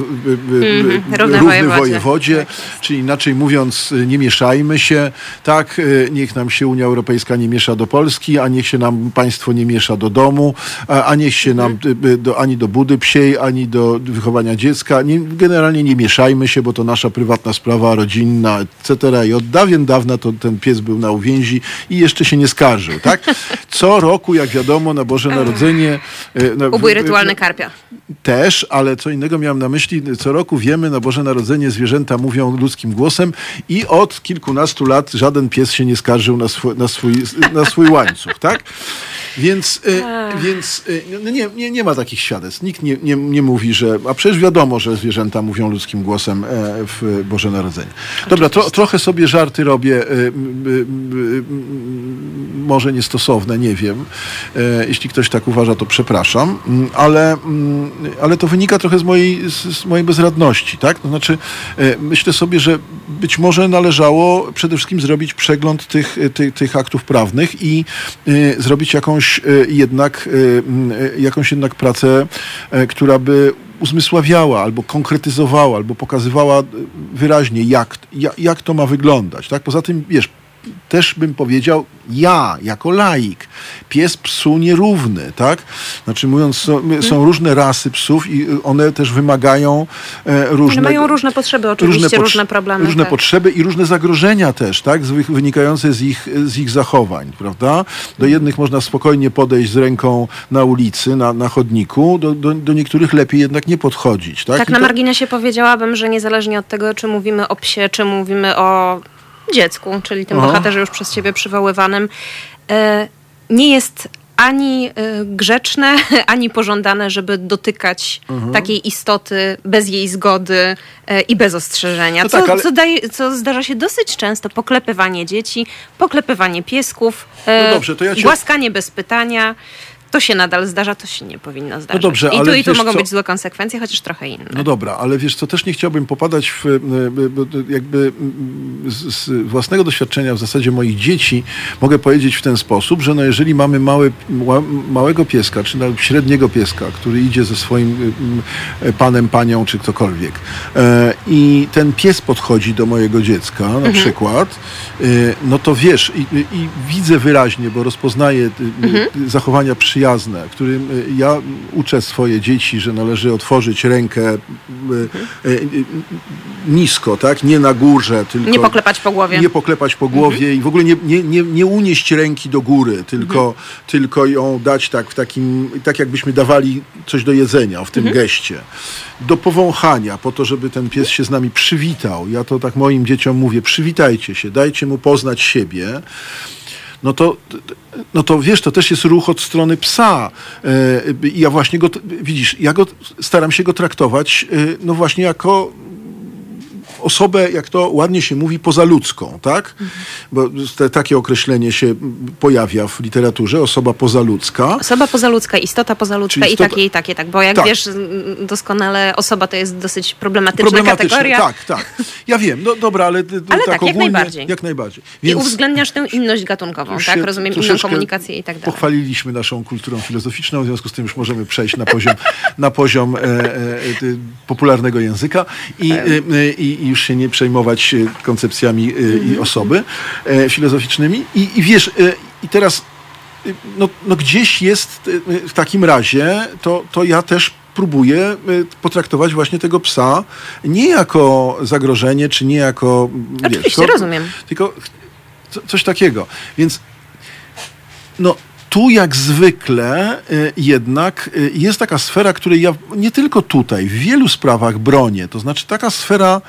mm, równy równy wojewodzie. wojewodzie, czyli inaczej mówiąc, nie mieszajmy się, tak, niech nam się Unia Europejska nie miesza do Polski, a niech się nam państwo nie miesza do domu, a, a niech się nam do, ani do budy psiej, ani do wychowania dziecka, nie, generalnie nie mieszajmy się, bo to nasza prywatna sprawa, rodzinna, et cetera. I od dawien dawna to ten pies był na uwięzi i jeszcze się nie skarżył, tak? Co roku, jak wiadomo, na Boże Narodzenie... Na, Ubój rytualny karpia. Też, ale co innego miałem na myśli, co roku wiemy, na Boże Narodzenie zwierzęta mówią ludzkim głosem i od kilkunastu lat żaden pies się nie skarżył na swój, na swój, na swój łańcuch, tak? Więc, y, więc y, no nie, nie, nie ma takich świadectw. Nikt nie, nie, nie mówi, że... A przecież wiadomo, że zwierzęta mówią ludzkim głosem e, w Boże Narodzenie. Dobra, tro, trochę sobie żarty robię, y, y, y, y, może niestosowne, nie wiem. E, jeśli ktoś tak uważa, to przepraszam, ale, ale to wynika trochę z mojej, z, z mojej bezradności, tak? To znaczy, e, myślę sobie, że być może należało przede wszystkim zrobić przegląd tych, tych, tych aktów prawnych i y, zrobić jakąś y, jednak y, y, jakąś jednak pracę, y, która by uzmysławiała, albo konkretyzowała, albo pokazywała wyraźnie, jak, jak, jak to ma wyglądać, tak? Poza tym, wiesz, też bym powiedział, ja, jako laik, pies psu nierówny, tak? Znaczy mówiąc, są, są różne rasy psów i one też wymagają e, różne... Mają różne potrzeby, oczywiście, różne, różne problemy. Różne tak. potrzeby i różne zagrożenia też, tak? Z, wynikające z ich, z ich zachowań, prawda? Do jednych można spokojnie podejść z ręką na ulicy, na, na chodniku, do, do, do niektórych lepiej jednak nie podchodzić, tak? Tak, I na to... marginesie powiedziałabym, że niezależnie od tego, czy mówimy o psie, czy mówimy o dziecku, czyli tym Aha. bohaterze już przez ciebie przywoływanym, e, nie jest ani e, grzeczne, ani pożądane, żeby dotykać mhm. takiej istoty bez jej zgody e, i bez ostrzeżenia. No co, tak, ale... co, daje, co zdarza się dosyć często. Poklepywanie dzieci, poklepywanie piesków, e, No dobrze, to ja cię... głaskanie bez pytania. To się nadal zdarza, to się nie powinno zdarzać. No dobrze, I tu ale i tu wiesz mogą co? być złe konsekwencje, chociaż trochę inne. No dobra, ale wiesz co, też nie chciałbym popadać w jakby z, z własnego doświadczenia w zasadzie moich dzieci mogę powiedzieć w ten sposób, że no jeżeli mamy mały, małego pieska, czy nawet średniego pieska, który idzie ze swoim panem, panią, czy ktokolwiek i ten pies podchodzi do mojego dziecka na mhm. przykład, no to wiesz i, i widzę wyraźnie, bo rozpoznaję mhm. zachowania przyjazne, którym ja uczę swoje dzieci, że należy otworzyć rękę mhm. nisko, tak? Nie na górze, tylko... Nie poklepać po głowie. Nie poklepać po głowie mhm. i w ogóle nie, nie, nie, nie unieść ręki do góry, tylko, mhm. tylko ją dać tak w takim, tak jakbyśmy dawali coś do jedzenia w tym mhm. geście. Do powąchania, po to, żeby ten pies się z nami przywitał. Ja to tak moim dzieciom mówię, przywitajcie się, dajcie mu poznać siebie. No to, no to wiesz, to też jest ruch od strony psa. I ja właśnie go, widzisz, ja go staram się go traktować, no właśnie jako osobę, jak to ładnie się mówi, pozaludzką, tak? Mhm. Bo te, takie określenie się pojawia w literaturze, osoba pozaludzka. Osoba pozaludzka, istota pozaludzka istota... i takie i takie, tak, bo jak tak. wiesz doskonale, osoba to jest dosyć problematyczna, problematyczna kategoria. Tak, tak. Ja wiem, no dobra, ale, ale tak, tak ogólnie, jak najbardziej. Jak najbardziej. Więc I uwzględniasz tę inność gatunkową, tak? Rozumiem, inną komunikację i tak dalej. Pochwaliliśmy naszą kulturą filozoficzną, w związku z tym już możemy przejść na poziom, na poziom e, e, popularnego języka i, e, i, i już się nie przejmować koncepcjami e, i osoby e, filozoficznymi. I, i wiesz, e, i teraz no, no gdzieś jest e, w takim razie, to, to ja też próbuję potraktować właśnie tego psa nie jako zagrożenie, czy nie jako... Oczywiście, wiesz, to, rozumiem. Tylko coś takiego. Więc no tu jak zwykle y, jednak y, jest taka sfera, której ja nie tylko tutaj, w wielu sprawach bronię. To znaczy taka sfera,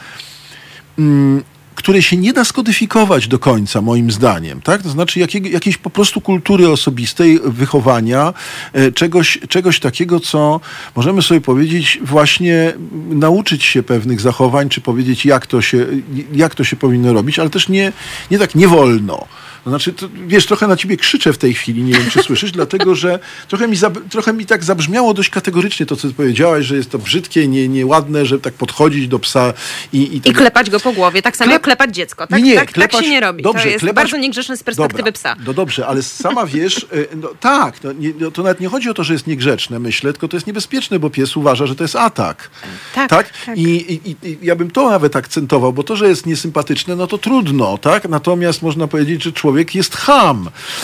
y, której się nie da skodyfikować do końca, moim zdaniem. Tak? To znaczy jakiego, jakiejś po prostu kultury osobistej, wychowania, y, czegoś, czegoś takiego, co możemy sobie powiedzieć, właśnie nauczyć się pewnych zachowań, czy powiedzieć, jak to się, jak to się powinno robić, ale też nie, nie tak nie wolno. To znaczy, to, wiesz, trochę na ciebie krzyczę w tej chwili, nie wiem, czy słyszysz, dlatego, że trochę mi, zab- trochę mi tak zabrzmiało dość kategorycznie to, co ty powiedziałaś, że jest to brzydkie, nie, nieładne, że tak podchodzić do psa i... I, I klepać go po głowie, tak samo Klep... jak klepać dziecko. Tak, nie, tak, klepać... tak się nie robi. Dobrze, to jest klepać... bardzo niegrzeczne z perspektywy Dobra, psa. No dobrze, ale sama wiesz, no, tak, no, nie, no, to nawet nie chodzi o to, że jest niegrzeczne, myślę, tylko to jest niebezpieczne, bo pies uważa, że to jest atak. Tak, tak? tak. I, i, i ja bym to nawet akcentował, bo to, że jest niesympatyczne, no to trudno, tak? Natomiast można powiedzieć, że człowiek jest ham.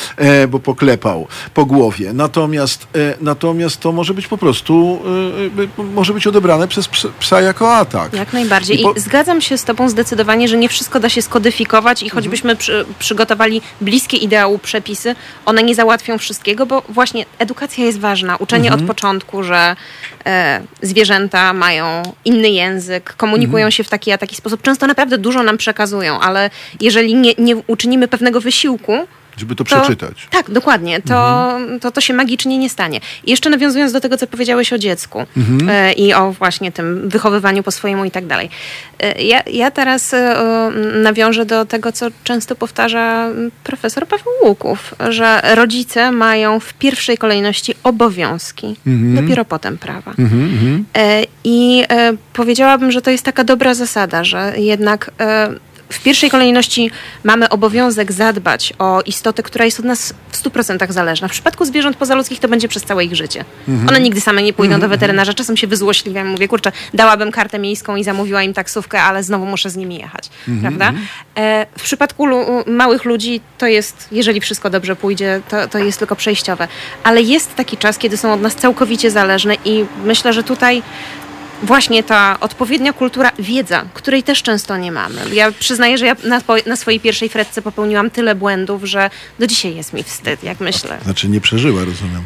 E, bo poklepał po głowie. Natomiast, e, natomiast to może być po prostu e, e, może być odebrane przez psa, psa jako atak. Jak najbardziej. I, po... I zgadzam się z tobą zdecydowanie, że nie wszystko da się skodyfikować i choćbyśmy przy, przygotowali bliskie ideału przepisy, one nie załatwią wszystkiego, bo właśnie edukacja jest ważna. Uczenie mhm. od początku, że e, zwierzęta mają inny język, komunikują mhm. się w taki a taki sposób. Często naprawdę dużo nam przekazują, ale jeżeli nie, nie uczynimy pewnego wysiłku, żeby to, to przeczytać. Tak, dokładnie. To, mhm. to, to się magicznie nie stanie. I jeszcze nawiązując do tego, co powiedziałeś o dziecku mhm. e, i o właśnie tym wychowywaniu po swojemu i tak dalej. E, ja, ja teraz e, nawiążę do tego, co często powtarza profesor Paweł Łuków, że rodzice mają w pierwszej kolejności obowiązki, mhm. dopiero potem prawa. Mhm. E, I e, powiedziałabym, że to jest taka dobra zasada, że jednak e, w pierwszej kolejności mamy obowiązek zadbać o istotę, która jest od nas w stu procentach zależna. W przypadku zwierząt pozaludzkich to będzie przez całe ich życie. Mhm. One nigdy same nie pójdą mhm. do weterynarza. Czasem się wyzłośliwiam, mówię, kurczę, dałabym kartę miejską i zamówiła im taksówkę, ale znowu muszę z nimi jechać. Mhm. Prawda? E, w przypadku lu- małych ludzi to jest, jeżeli wszystko dobrze pójdzie, to, to jest tylko przejściowe. Ale jest taki czas, kiedy są od nas całkowicie zależne i myślę, że tutaj właśnie ta odpowiednia kultura, wiedza, której też często nie mamy. Ja przyznaję, że ja na, na swojej pierwszej fretce popełniłam tyle błędów, że do dzisiaj jest mi wstyd, jak myślę. Znaczy nie przeżyła, rozumiem.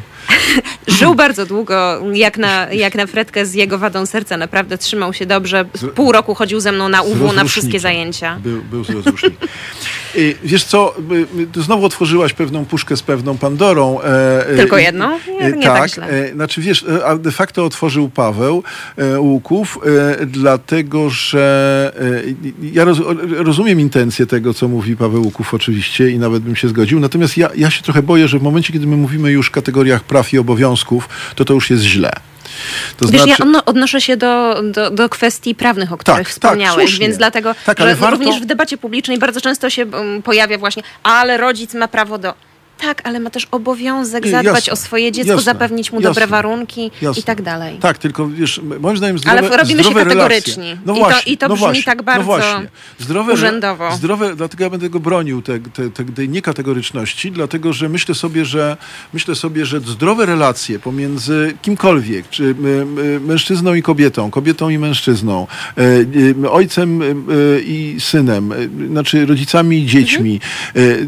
Żył bardzo długo, jak na, jak na fretkę z jego wadą serca. Naprawdę trzymał się dobrze. Pół roku chodził ze mną na U W, na wszystkie zajęcia. Był, był z rozrusznikiem. Wiesz co, znowu otworzyłaś pewną puszkę z pewną Pandorą. Tylko jedną? Nie, nie tak, tak źle. Znaczy wiesz, a de facto otworzył Paweł Łuków, dlatego że ja roz, rozumiem intencję tego, co mówi Paweł Łuków oczywiście i nawet bym się zgodził, natomiast ja, ja się trochę boję, że w momencie, kiedy my mówimy już w kategoriach praw i obowiązków, to to już jest źle. To Wiesz, znaczy... ja odnoszę się do, do, do kwestii prawnych, o których tak, wspomniałeś, tak, więc dlatego, tak, że warto... również w debacie publicznej bardzo często się um, pojawia właśnie, ale rodzic ma prawo do... Tak, ale ma też obowiązek zadbać jasne, o swoje dziecko, jasne, zapewnić mu jasne, dobre warunki jasne. i tak dalej. Tak, tylko wiesz, moim zdaniem zdrowe, ale robimy zdrowe się kategoryczni. relacje. No I, właśnie, to, I to no brzmi właśnie, tak bardzo no właśnie. Zdrowe, urzędowo. Zdrowe, dlatego ja będę go bronił, te, te, te, tej niekategoryczności, dlatego że myślę sobie, że myślę sobie, że zdrowe relacje pomiędzy kimkolwiek, czy y, y, mężczyzną i kobietą, kobietą i mężczyzną, y, y, ojcem y, y, i synem, y, znaczy rodzicami i dziećmi, mhm. y,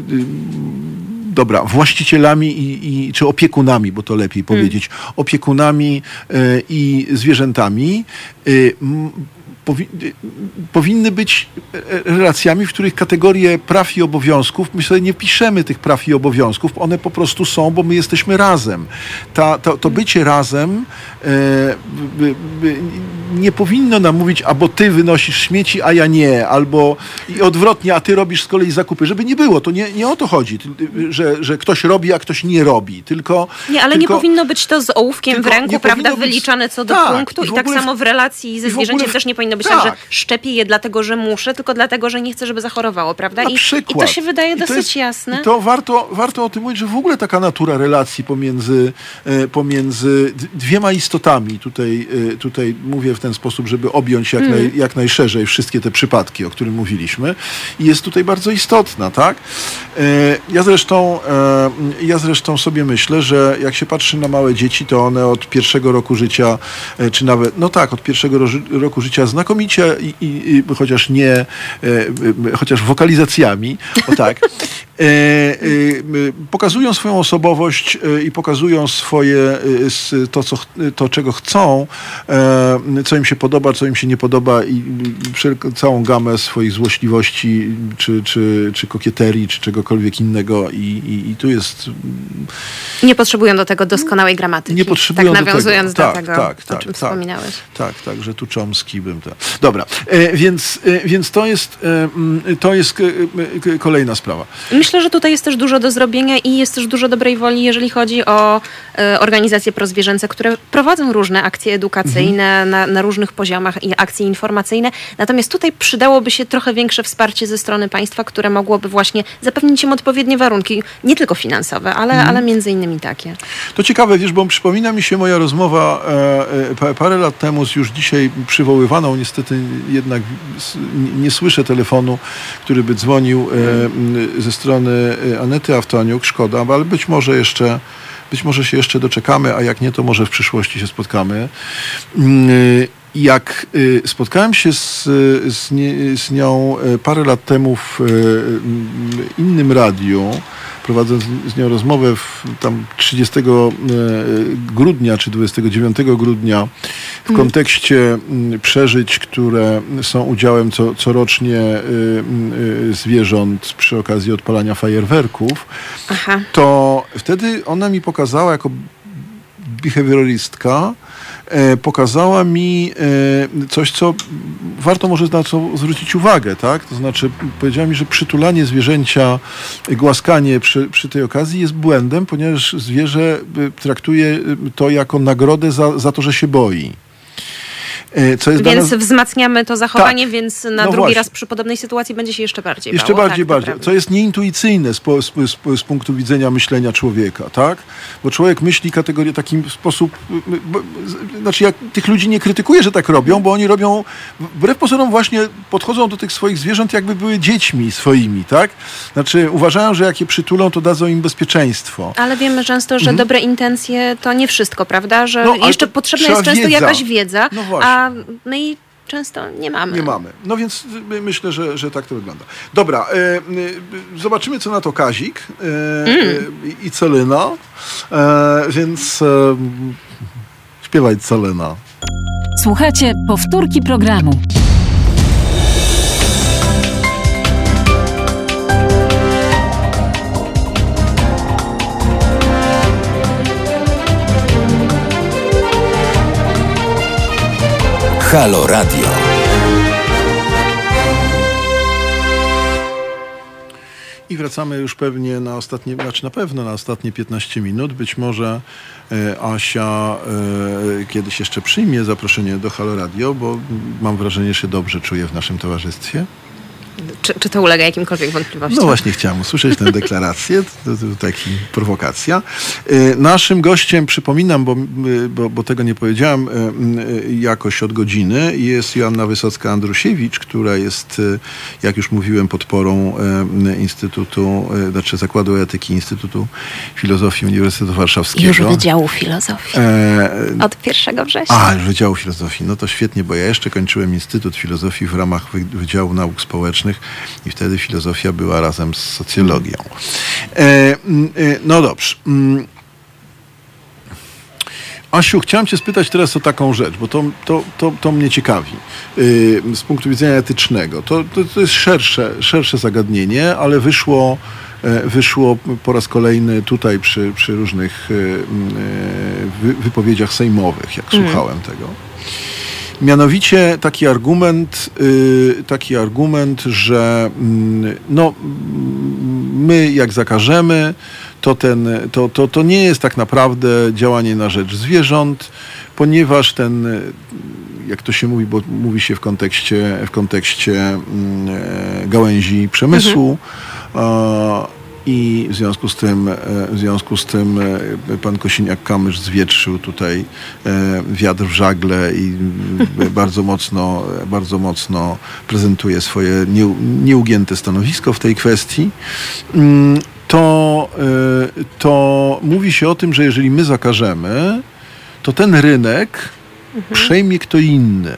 y, Dobra, właścicielami i, i, czy opiekunami, bo to lepiej powiedzieć, hmm. opiekunami y, i zwierzętami y, m, powi- powinny być relacjami, w których kategorie praw i obowiązków, my sobie nie piszemy tych praw i obowiązków, one po prostu są, bo my jesteśmy razem. Ta, to, to bycie razem e, by, by, nie powinno nam mówić, albo ty wynosisz śmieci, a ja nie, albo i odwrotnie, a ty robisz z kolei zakupy. Żeby nie było, to nie, nie o to chodzi, że, że ktoś robi, a ktoś nie robi, tylko... Nie, ale tylko, nie powinno być to z ołówkiem w ręku, prawda, być, wyliczane co do tak, punktu i, i tak ogóle, samo w relacji ze zwierzęciem ogóle, też nie powinno być tak, tak, że szczepię je dlatego, że muszę, tylko dlatego, że nie chcę, żeby zachorowało, prawda? I, i to się wydaje I dosyć jest, jasne. I to warto, warto o tym mówić, że w ogóle taka natura relacji pomiędzy, e, pomiędzy dwiema istotami, tutaj, e, tutaj mówię w ten sposób, żeby objąć jak, mm. naj, jak najszerzej wszystkie te przypadki, o których mówiliśmy, i jest tutaj bardzo istotna, tak? E, ja zresztą, e, ja zresztą sobie myślę, że jak się patrzy na małe dzieci, to one od pierwszego roku życia, e, czy nawet, no tak, od pierwszego ro, roku życia znakomicie i, i, i chociaż nie, e, chociaż wokalizacjami, o tak, e, e, pokazują swoją osobowość e, i pokazują swoje, e, to, co, to, czego chcą, e, co im się podoba, co im się nie podoba i, i całą gamę swoich złośliwości, czy, czy, czy kokieterii, czy czegokolwiek innego i, i, i tu jest... Nie potrzebują do tego doskonałej gramatyki. Nie potrzebują tak nawiązując do tego. do tak, tego, tak, o tak, czym tak, wspominałeś. Tak, tak, że tu Chomsky bym... To... Dobra, e, więc, e, więc to jest, e, to jest e, kolejna sprawa. Myślę, że tutaj jest też dużo do zrobienia i jest też dużo dobrej woli, jeżeli chodzi o e, organizacje prozwierzęce, które prowadzą różne akcje edukacyjne mhm. na, na różnych poziomach i akcje informacyjne. Natomiast tutaj przydałoby się trochę większe wsparcie ze strony państwa, które mogłoby właśnie zapewnić im odpowiednie warunki, nie tylko finansowe, ale, mhm. ale między innymi takie. To ciekawe, wiesz, bo przypomina mi się moja rozmowa e, e, parę lat temu z już dzisiaj przywoływaną, niestety jednak nie słyszę telefonu, który by dzwonił e, ze strony Anety Awtoniuk, szkoda, ale być może jeszcze być może się jeszcze doczekamy, a jak nie, to może w przyszłości się spotkamy. Jak spotkałem się z, z, nie, z nią parę lat temu w innym radiu, prowadząc z nią rozmowę w, tam trzydziestego grudnia czy dwudziestego dziewiątego grudnia w mm. kontekście przeżyć, które są udziałem co, corocznie zwierząt przy okazji odpalania fajerwerków, Aha. to wtedy ona mi pokazała jako behawioralistka, pokazała mi coś, co warto może na co zwrócić uwagę, tak? To znaczy powiedziała mi, że przytulanie zwierzęcia, głaskanie przy, przy tej okazji jest błędem, ponieważ zwierzę traktuje to jako nagrodę za, za to, że się boi. Co jest więc nas... wzmacniamy to zachowanie, tak. więc na no drugi właśnie. raz przy podobnej sytuacji będzie się jeszcze bardziej Jeszcze bało. bardziej, tak, bardziej. Co jest nieintuicyjne z, po, z, z, z punktu widzenia myślenia człowieka, tak? Bo człowiek myśli kategorię takim sposób... Bo, znaczy, ja tych ludzi nie krytykuję, że tak robią, bo oni robią... Wbrew pozorom właśnie podchodzą do tych swoich zwierząt, jakby były dziećmi swoimi, tak? Znaczy, uważają, że jak je przytulą, to dadzą im bezpieczeństwo. Ale wiemy często, że mhm. dobre intencje to nie wszystko, prawda? Że no, jeszcze potrzebna jest często wiedza. jakaś wiedza, no właśnie. a my jej często nie mamy. Nie mamy. No więc myślę, że, że tak to wygląda. Dobra, e, e, zobaczymy, co na to Kazik e, mm. e, i Celina. E, więc e, śpiewaj, Celina. Słuchajcie powtórki programu. Halo Radio. I wracamy już pewnie na ostatnie, znaczy na pewno na ostatnie piętnaście minut. Być może e, Asia e, kiedyś jeszcze przyjmie zaproszenie do Halo Radio, bo mam wrażenie, że się dobrze czuje w naszym towarzystwie. Czy, czy to ulega jakimkolwiek wątpliwościom? No właśnie chciałem usłyszeć tę deklarację, to, to, to taki prowokacja. E, naszym gościem, przypominam, bo, bo, bo tego nie powiedziałem e, jakoś od godziny, jest Joanna Wysocka-Andrusiewicz, która jest, jak już mówiłem, podporą e, Instytutu, e, znaczy Zakładu Etyki Instytutu Filozofii Uniwersytetu Warszawskiego. Już Wydziału Filozofii. E, od pierwszego września. A, Wydziału Filozofii. No to świetnie, bo ja jeszcze kończyłem Instytut Filozofii w ramach Wydziału Nauk Społecznych i wtedy filozofia była razem z socjologią. E, e, no dobrze. Asiu, chciałem cię spytać teraz o taką rzecz, bo to, to, to, to mnie ciekawi yy, z punktu widzenia etycznego. To, to, to jest szersze, szersze zagadnienie, ale wyszło, yy, wyszło po raz kolejny tutaj przy, przy różnych yy, yy, wypowiedziach sejmowych, jak mm. słuchałem tego. Mianowicie taki argument, yy, taki argument, że yy, no, my jak zakażemy, to, ten, to, to, to nie jest tak naprawdę działanie na rzecz zwierząt, ponieważ ten, jak to się mówi, bo mówi się w kontekście, w kontekście yy, gałęzi przemysłu, mhm. a, i w związku z tym, w związku z tym pan Kosiniak-Kamysz zwietrzył tutaj wiatr w żagle i bardzo mocno, bardzo mocno prezentuje swoje nieugięte stanowisko w tej kwestii. To, to mówi się o tym, że jeżeli my zakażemy, to ten rynek mhm. przejmie kto inny.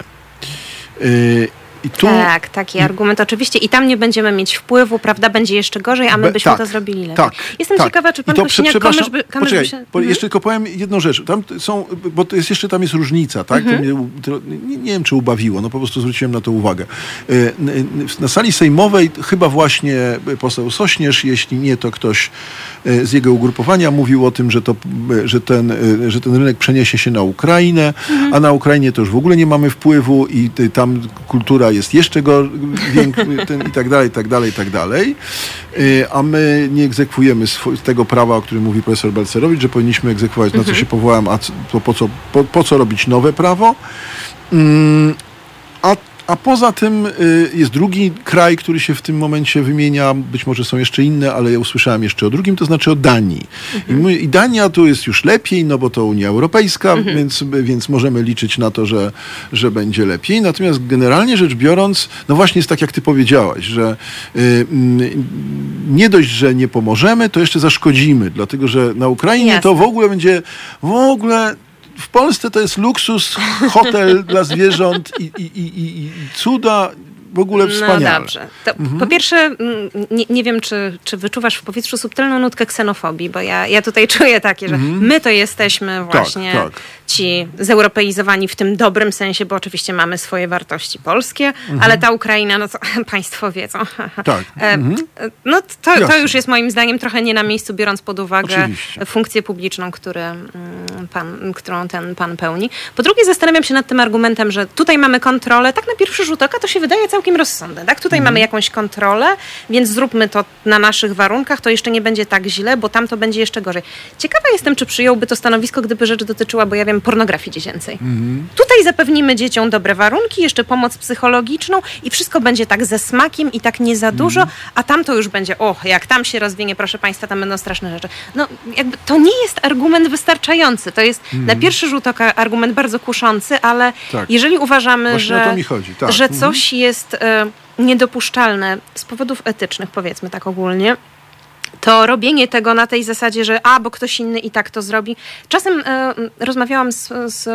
I tu... Tak, taki argument oczywiście i tam nie będziemy mieć wpływu, prawda, będzie jeszcze gorzej, a my byśmy tak, to zrobili lepiej. Tak, Jestem tak. ciekawa, czy pan Kosiniak-Kamysz by, poczekaj, by się... po, jeszcze tylko powiem jedną rzecz. Tam są, bo to jest jeszcze tam jest różnica, tak? Mhm. To mnie, to, nie, nie wiem, czy ubawiło, no po prostu zwróciłem na to uwagę. Na sali sejmowej chyba właśnie poseł Sośnierz, jeśli nie, to ktoś z jego ugrupowania mówił o tym, że, to, że, ten, że ten rynek przeniesie się na Ukrainę, mhm. a na Ukrainie to już w ogóle nie mamy wpływu i tam kultura jest jeszcze go większy i tak dalej, i tak dalej, i tak dalej. A my nie egzekwujemy sw- tego prawa, o którym mówi profesor Balcerowicz, że powinniśmy egzekwować, na co się powołałem, a to po co, po, po co robić nowe prawo. A A poza tym y, jest drugi kraj, który się w tym momencie wymienia, być może są jeszcze inne, ale ja usłyszałem jeszcze o drugim, to znaczy o Danii. Mhm. I, my, I Dania tu jest już lepiej, no bo to Unia Europejska, mhm. więc, więc możemy liczyć na to, że, że będzie lepiej. Natomiast generalnie rzecz biorąc, no właśnie jest tak, jak ty powiedziałaś, że y, y, nie dość, że nie pomożemy, to jeszcze zaszkodzimy, dlatego że na Ukrainie Jasne. to w ogóle będzie, w ogóle... W Polsce to jest luksus, hotel dla zwierząt i, i, i, i cuda, w ogóle wspaniale. No dobrze. To mhm. Po pierwsze, nie, nie wiem, czy, czy wyczuwasz w powietrzu subtelną nutkę ksenofobii, bo ja, ja tutaj czuję takie, że mhm. my to jesteśmy właśnie tak, tak. ci zeuropeizowani w tym dobrym sensie, bo oczywiście mamy swoje wartości polskie, mhm. ale ta Ukraina, no to państwo wiedzą. Tak. Mhm. No to, to już jest moim zdaniem trochę nie na miejscu, biorąc pod uwagę Oczywiście. funkcję publiczną, który pan, którą ten pan pełni. Po drugie, zastanawiam się nad tym argumentem, że tutaj mamy kontrolę, tak na pierwszy rzut oka to się wydaje całkiem rozsądne, tak? Tutaj mhm. mamy jakąś kontrolę, więc zróbmy to na naszych warunkach, to jeszcze nie będzie tak źle, bo tam to będzie jeszcze gorzej. Ciekawa jestem, czy przyjąłby to stanowisko, gdyby rzecz dotyczyła, bo ja wiem, pornografii dziecięcej. Mhm. Tutaj zapewnimy dzieciom dobre warunki, jeszcze pomoc psychologiczną i wszystko będzie tak ze smakiem i tak nie za dużo, mhm. a tam to już będzie, o, jak tam się rozwinie, proszę państwa, tam będą straszne rzeczy. No, jakby to nie jest argument wystarczający. To jest mhm. na pierwszy rzut oka argument bardzo kuszący, ale tak. jeżeli uważamy, Właśnie że, o to mi chodzi. Tak. że mhm. coś jest y, niedopuszczalne z powodów etycznych, powiedzmy tak ogólnie, to robienie tego na tej zasadzie, że a, bo ktoś inny i tak to zrobi. Czasem e, rozmawiałam z, z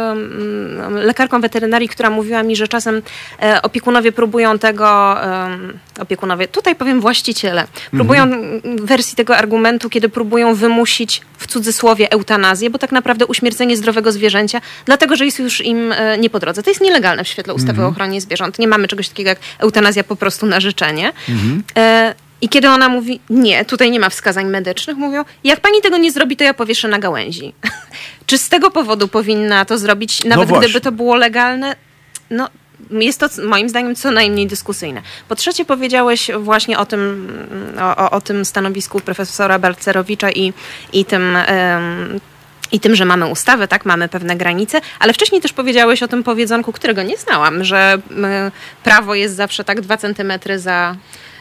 m, lekarką weterynarii, która mówiła mi, że czasem e, opiekunowie próbują tego, e, opiekunowie, tutaj powiem właściciele, próbują mhm. wersji tego argumentu, kiedy próbują wymusić w cudzysłowie eutanazję, bo tak naprawdę uśmiercenie zdrowego zwierzęcia, dlatego, że jest już im e, nie po drodze. To jest nielegalne w świetle ustawy mhm. o ochronie zwierząt. Nie mamy czegoś takiego jak eutanazja po prostu na życzenie. Mhm. E, I kiedy ona mówi, nie, tutaj nie ma wskazań medycznych, mówią, jak pani tego nie zrobi, to ja powieszę na gałęzi. Czy z tego powodu powinna to zrobić, nawet no gdyby to było legalne? No, jest to moim zdaniem co najmniej dyskusyjne. Po trzecie, powiedziałeś właśnie o tym, o, o tym stanowisku profesora Balcerowicza i, i tym... Um, I tym, że mamy ustawę, tak, mamy pewne granice, ale wcześniej też powiedziałeś o tym powiedzonku, którego nie znałam, że y, prawo jest zawsze tak dwa centymetry za...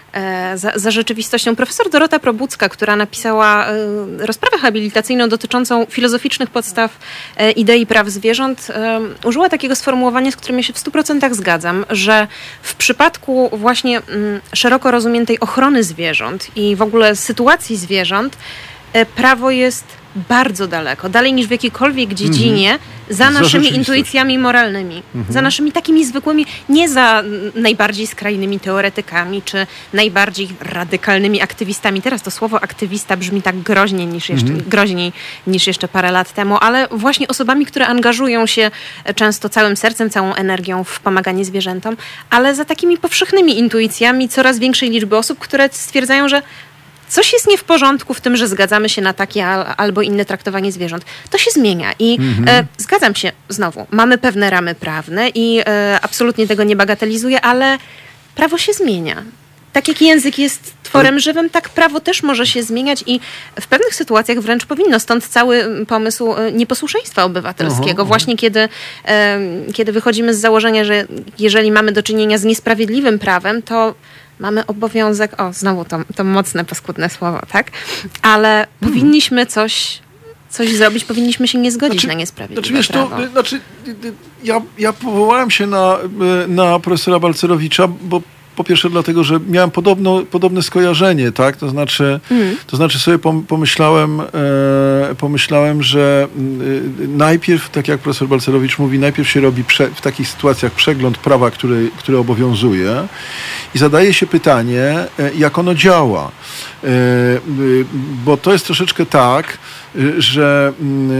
Za, za rzeczywistością. Profesor Dorota Probucka, która napisała y, rozprawę habilitacyjną dotyczącą filozoficznych podstaw y, idei praw zwierząt, y, użyła takiego sformułowania, z którym ja się w stu procentach zgadzam, że w przypadku właśnie y, szeroko rozumiętej ochrony zwierząt i w ogóle sytuacji zwierząt y, prawo jest bardzo daleko, dalej niż w jakiejkolwiek dziedzinie, za naszymi rzeczywistość. intuicjami moralnymi, Mhm. za naszymi takimi zwykłymi, nie za najbardziej skrajnymi teoretykami, czy najbardziej radykalnymi aktywistami. Teraz to słowo aktywista brzmi tak groźnie niż jeszcze, Mhm. groźniej niż jeszcze parę lat temu, ale właśnie osobami, które angażują się często całym sercem, całą energią w pomaganie zwierzętom, ale za takimi powszechnymi intuicjami coraz większej liczby osób, które stwierdzają, że coś jest nie w porządku w tym, że zgadzamy się na takie al- albo inne traktowanie zwierząt. To się zmienia i e, zgadzam się znowu. Mamy pewne ramy prawne i e, absolutnie tego nie bagatelizuję, ale prawo się zmienia. Tak jak język jest tworem żywym, tak prawo też może się zmieniać i w pewnych sytuacjach wręcz powinno. Stąd cały pomysł e, nieposłuszeństwa obywatelskiego. Aha, Właśnie kiedy, e, kiedy wychodzimy z założenia, że jeżeli mamy do czynienia z niesprawiedliwym prawem, to mamy obowiązek, o znowu to, to mocne, paskudne słowo, tak? Ale powinniśmy coś, coś zrobić, powinniśmy się nie zgodzić Znaczy- na niesprawiedliwe Znaczy, wiesz, to, prawo. y, znaczy, y, y, ja, ja powołałem się na, y, na profesora Balcerowicza, bo po pierwsze dlatego, że miałem podobno, podobne skojarzenie, tak? To znaczy, Mm. to znaczy sobie pom- pomyślałem, e, pomyślałem, że y, najpierw, tak jak profesor Balcerowicz mówi, najpierw się robi prze, w takich sytuacjach przegląd prawa, który, który obowiązuje i zadaje się pytanie, e, jak ono działa. E, y, bo to jest troszeczkę tak, y, że,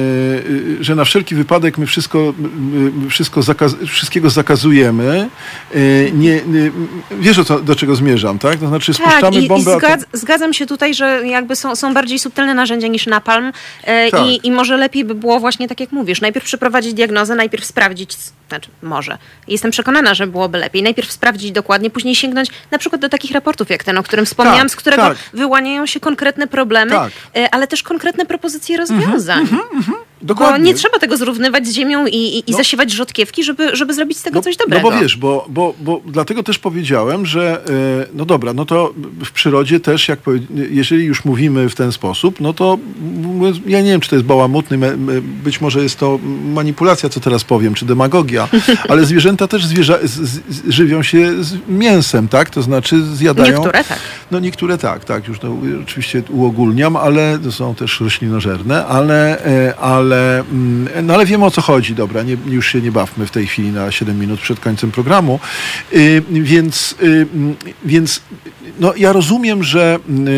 y, że na wszelki wypadek my wszystko, y, wszystko zakaz, wszystkiego zakazujemy. Y, nie, y, wiesz, o co, do czego zmierzam, tak? To znaczy Tak, spuszczamy i, i bombę atom- zgadz, zgadzam się tutaj, że jakby są, są bardziej subtelne narzędzia niż napalm e, Tak. i, i może lepiej by było właśnie tak jak mówisz, najpierw przeprowadzić diagnozę, najpierw sprawdzić, znaczy może, jestem przekonana, że byłoby lepiej, najpierw sprawdzić dokładnie, później sięgnąć na przykład do takich raportów jak ten, o którym wspomniałam, Tak, z którego tak. wyłaniają się konkretne problemy, Tak. e, ale też konkretne propozycje rozwiązań. Bo Dokładnie. nie trzeba tego zrównywać z ziemią i, i, i No. zasiewać rzodkiewki, żeby, żeby zrobić z tego No, coś dobrego. No bo wiesz, bo, bo, bo dlatego też powiedziałem, że e, no dobra, no to w przyrodzie też, jak powie, jeżeli już mówimy w ten sposób, no to m- ja nie wiem, czy to jest bałamutny, me- me- być może jest to manipulacja, co teraz powiem, czy demagogia, ale zwierzęta też zwierza, z, z, żywią się z mięsem, tak? To znaczy zjadają... Niektóre tak. No niektóre tak, tak, już to oczywiście uogólniam, ale to są też roślinożerne, ale, e, ale, mm, no ale wiemy, o co chodzi, dobra, nie, już się nie bawmy w tej chwili na siedem minut przed końcem programu, y, więc, y, więc no, ja rozumiem, że y,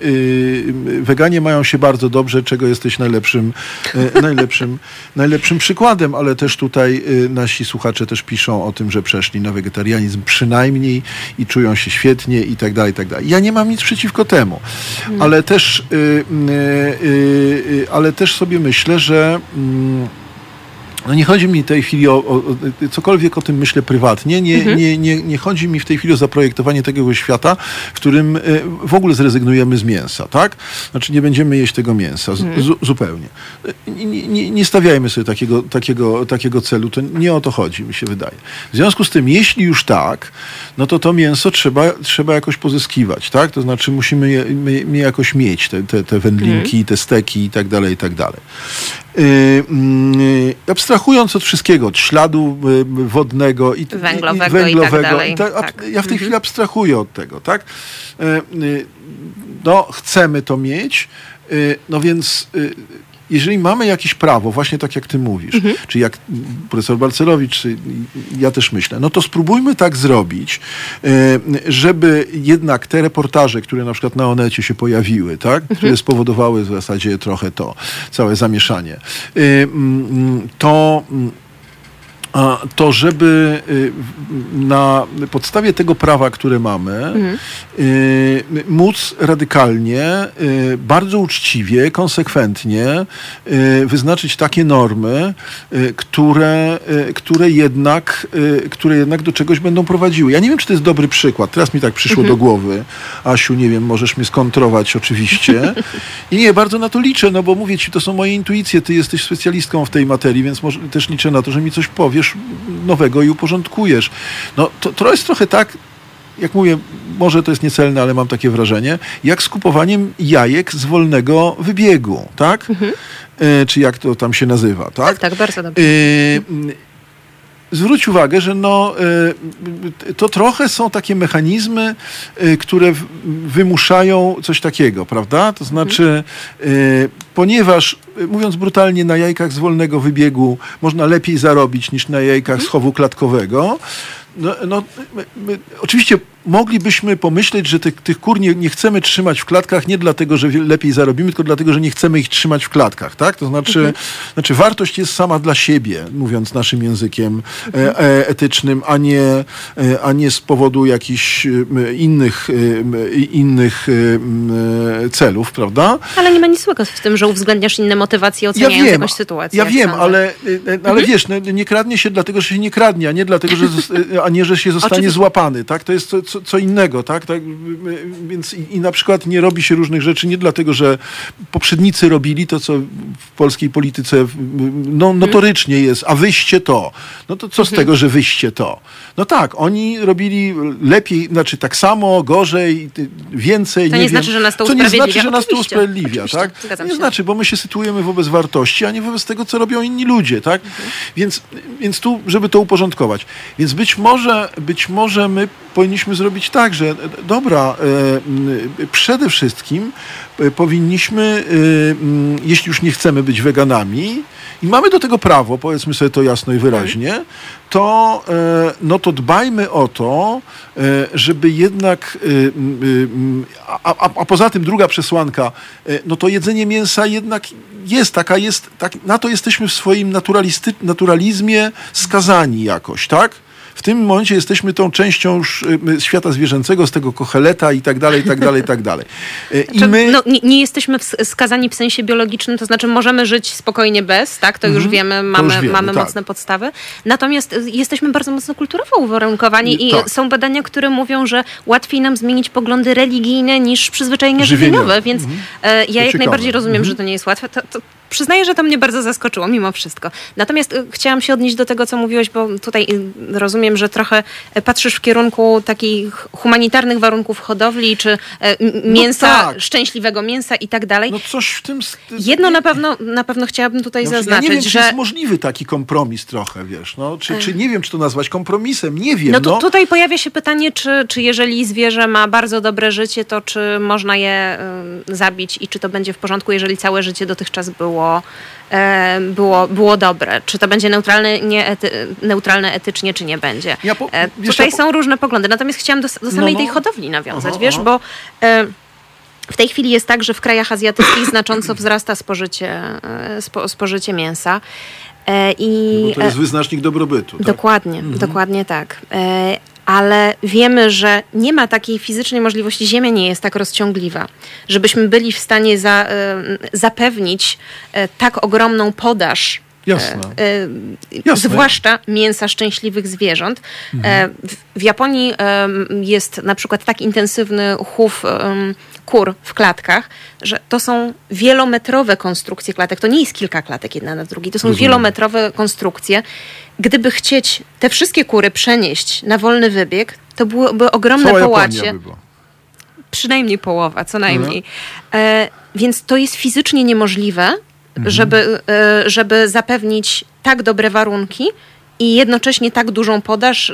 y, weganie mają się bardzo dobrze, czego jesteś najlepszym, y, najlepszym, najlepszym przykładem, ale też tutaj y, nasi słuchacze też piszą o tym, że przeszli na wegetarianizm przynajmniej i czują się świetnie i tak dalej, i tak dalej. Ja nie mam nic przeciwko temu, ale też, y, y, y, y, ale też sobie myślę, że mm, no nie chodzi mi w tej chwili o, o, o cokolwiek o tym myślę prywatnie, nie, Mhm. nie, nie, nie chodzi mi w tej chwili o zaprojektowanie takiego świata, w którym y, w ogóle zrezygnujemy z mięsa, tak? Znaczy nie będziemy jeść tego mięsa, z, zu, zupełnie. Y, Nie, nie, nie stawiajmy sobie takiego, takiego, takiego celu, to nie o to chodzi, mi się wydaje. W związku z tym, jeśli już tak, no to to mięso trzeba, trzeba jakoś pozyskiwać, tak? To znaczy musimy je, my, my jakoś mieć, te, te, te wędlinki, te steki i tak dalej, i tak dalej. Yy, yy, abstrahując od wszystkiego, od śladu yy, wodnego i, Węglowego i, i węglowego, tak dalej, i tak, a- tak. ja w tej chwili abstrahuję od tego, tak? Yy, yy, no, chcemy to mieć, yy, no więc yy, jeżeli mamy jakieś prawo, właśnie tak jak ty mówisz, Mhm. czy jak profesor Balcerowicz, czy ja też myślę, no to spróbujmy tak zrobić, yy, żeby jednak te reportaże, które na przykład na Onecie się pojawiły, tak, Mhm. które spowodowały w zasadzie trochę to, całe zamieszanie, yy, mm, to mm, a, to żeby y, w- na podstawie tego prawa, które mamy, y, móc radykalnie, y, bardzo uczciwie, konsekwentnie y, wyznaczyć takie normy, y, które, y, które, jednak, y, które jednak do czegoś będą prowadziły. Ja nie wiem, czy to jest dobry przykład. Teraz mi tak przyszło do głowy. Asiu, nie wiem, możesz mnie skontrować oczywiście. I nie, bardzo na to liczę, no bo mówię ci, to są moje intuicje, ty jesteś specjalistką w tej materii, więc może, też liczę na to, że mi coś powiesz nowego i uporządkujesz. No to, to jest trochę tak, jak mówię, może to jest niecelne, ale mam takie wrażenie, jak z kupowaniem jajek z wolnego wybiegu, tak? E, czy jak to tam się nazywa, tak? Tak, tak, bardzo dobrze. E, zwróć uwagę, że no, to trochę są takie mechanizmy, które wymuszają coś takiego, prawda? To znaczy, ponieważ, mówiąc brutalnie, na jajkach z wolnego wybiegu można lepiej zarobić niż na jajkach z chowu klatkowego, no, no my, my, oczywiście moglibyśmy pomyśleć, że tych, tych kur nie, nie chcemy trzymać w klatkach nie dlatego, że lepiej zarobimy, tylko dlatego, że nie chcemy ich trzymać w klatkach, tak? To znaczy, mhm. znaczy wartość jest sama dla siebie, mówiąc naszym językiem mhm. e, etycznym, a nie, e, a nie z powodu jakichś e, innych, e, innych e, celów, prawda? Ale nie ma nic złego w tym, że uwzględniasz inne motywacje, oceniając ja wiem, jakąś sytuację. Ja wiem, ale, ale mhm. wiesz, no, nie kradnie się dlatego, że się nie kradnie, a nie dlatego, że, a nie, że się zostanie Oczywiście. złapany, tak? To jest co, co, co innego, tak? tak? Więc i, i na przykład nie robi się różnych rzeczy nie dlatego, że poprzednicy robili to, co w polskiej polityce no, notorycznie jest, a wyście to. No to co mhm. z tego, że wyście to? No tak, oni robili lepiej, znaczy tak samo, gorzej, więcej, to nie, nie wiem. znaczy, że nas to to usprawiedliwia. nie znaczy, że nas to Oczywiście. usprawiedliwia, Oczywiście. tak? Zgadzam nie się. znaczy, bo my się sytuujemy wobec wartości, a nie wobec tego, co robią inni ludzie, tak? Mhm. Więc, więc tu, żeby to uporządkować. Więc być może, być może my powinniśmy zrobić tak, że dobra, e, przede wszystkim e, powinniśmy, e, jeśli już nie chcemy być weganami i mamy do tego prawo, powiedzmy sobie to jasno i wyraźnie, to, e, no to dbajmy o to, e, żeby jednak, e, a, a, a poza tym druga przesłanka, e, no to jedzenie mięsa jednak jest, taka jest, tak, na to jesteśmy w swoim naturalisty, naturalizmie skazani jakoś, tak? W tym momencie jesteśmy tą częścią już świata zwierzęcego, z tego Kocheleta i tak dalej, i tak dalej, i tak dalej. I znaczy, my... no, nie, nie jesteśmy skazani w sensie biologicznym, to znaczy możemy żyć spokojnie bez, tak? To już wiemy, mamy, już wiemy, mamy tak. mocne podstawy. Natomiast jesteśmy bardzo mocno kulturowo uwarunkowani i tak. są badania, które mówią, że łatwiej nam zmienić poglądy religijne niż przyzwyczajenia żywieniowe, więc mhm. ja to jak ciekawe. najbardziej rozumiem, mhm. że to nie jest łatwe. To, to przyznaję, że to mnie bardzo zaskoczyło mimo wszystko. Natomiast y, chciałam się odnieść do tego, co mówiłeś, bo tutaj y, rozumiem, że trochę y, patrzysz w kierunku takich humanitarnych warunków hodowli, czy y, mięsa, no tak. szczęśliwego mięsa i tak dalej. No coś w tym... Jedno na pewno, na pewno chciałabym tutaj no, zaznaczyć, ja nie wiem, że... czy jest możliwy taki kompromis trochę, wiesz, no, czy, czy nie wiem, czy to nazwać kompromisem, nie wiem. No, to, no. Tutaj pojawia się pytanie, czy, czy jeżeli zwierzę ma bardzo dobre życie, to czy można je y, zabić i czy to będzie w porządku, jeżeli całe życie dotychczas było Było, było dobre. Czy to będzie neutralne, nie ety, neutralne etycznie, czy nie będzie. Ja po, wiesz, Tutaj ja po... są różne poglądy. Natomiast chciałam do, do samej no, no. tej hodowli nawiązać, aha, wiesz, aha. bo e, w tej chwili jest tak, że w krajach azjatyckich znacząco wzrasta spożycie, spo, spożycie mięsa. E, i, no bo to jest wyznacznik dobrobytu. Tak? Dokładnie, mhm. dokładnie tak. E, ale wiemy, że nie ma takiej fizycznej możliwości, Ziemia nie jest tak rozciągliwa, żebyśmy byli w stanie za, y, zapewnić y, tak ogromną podaż, Jasne. Y, y, Jasne. zwłaszcza mięsa szczęśliwych zwierząt. Mhm. Y, w, w Japonii y, jest na przykład tak intensywny chów y, kur w klatkach, że to są wielometrowe konstrukcje klatek. To nie jest kilka klatek jedna na drugiej, to są Rozumiem. wielometrowe konstrukcje. Gdyby chcieć te wszystkie kury przenieść na wolny wybieg, to byłoby ogromne Cała połacie. By była. Przynajmniej połowa, co najmniej. Mhm. E, więc to jest fizycznie niemożliwe, mhm. żeby, e, żeby zapewnić tak dobre warunki i jednocześnie tak dużą podaż,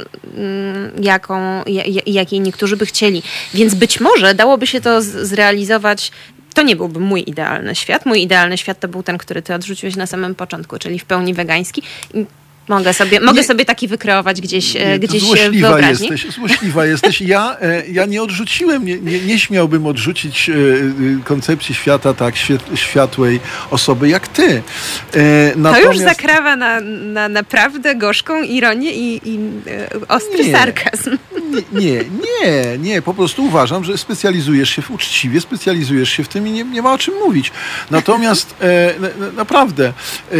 jaką, jakiej niektórzy by chcieli. Więc być może dałoby się to zrealizować. To nie byłby mój idealny świat. Mój idealny świat to był ten, który ty odrzuciłeś na samym początku, czyli w pełni wegański. Mogę sobie, mogę sobie taki wykreować gdzieś, nie, gdzieś złośliwa w wyobraźni. Jesteś, złośliwa jesteś. Ja, ja nie odrzuciłem, nie, nie, nie śmiałbym odrzucić koncepcji świata tak światłej osoby jak ty. Natomiast... To już zakrawa na, na naprawdę gorzką ironię i, i ostry nie, sarkazm. Nie, nie, nie, nie. Po prostu uważam, że specjalizujesz się w uczciwie, specjalizujesz się w tym i nie, nie ma o czym mówić. Natomiast e, na, naprawdę,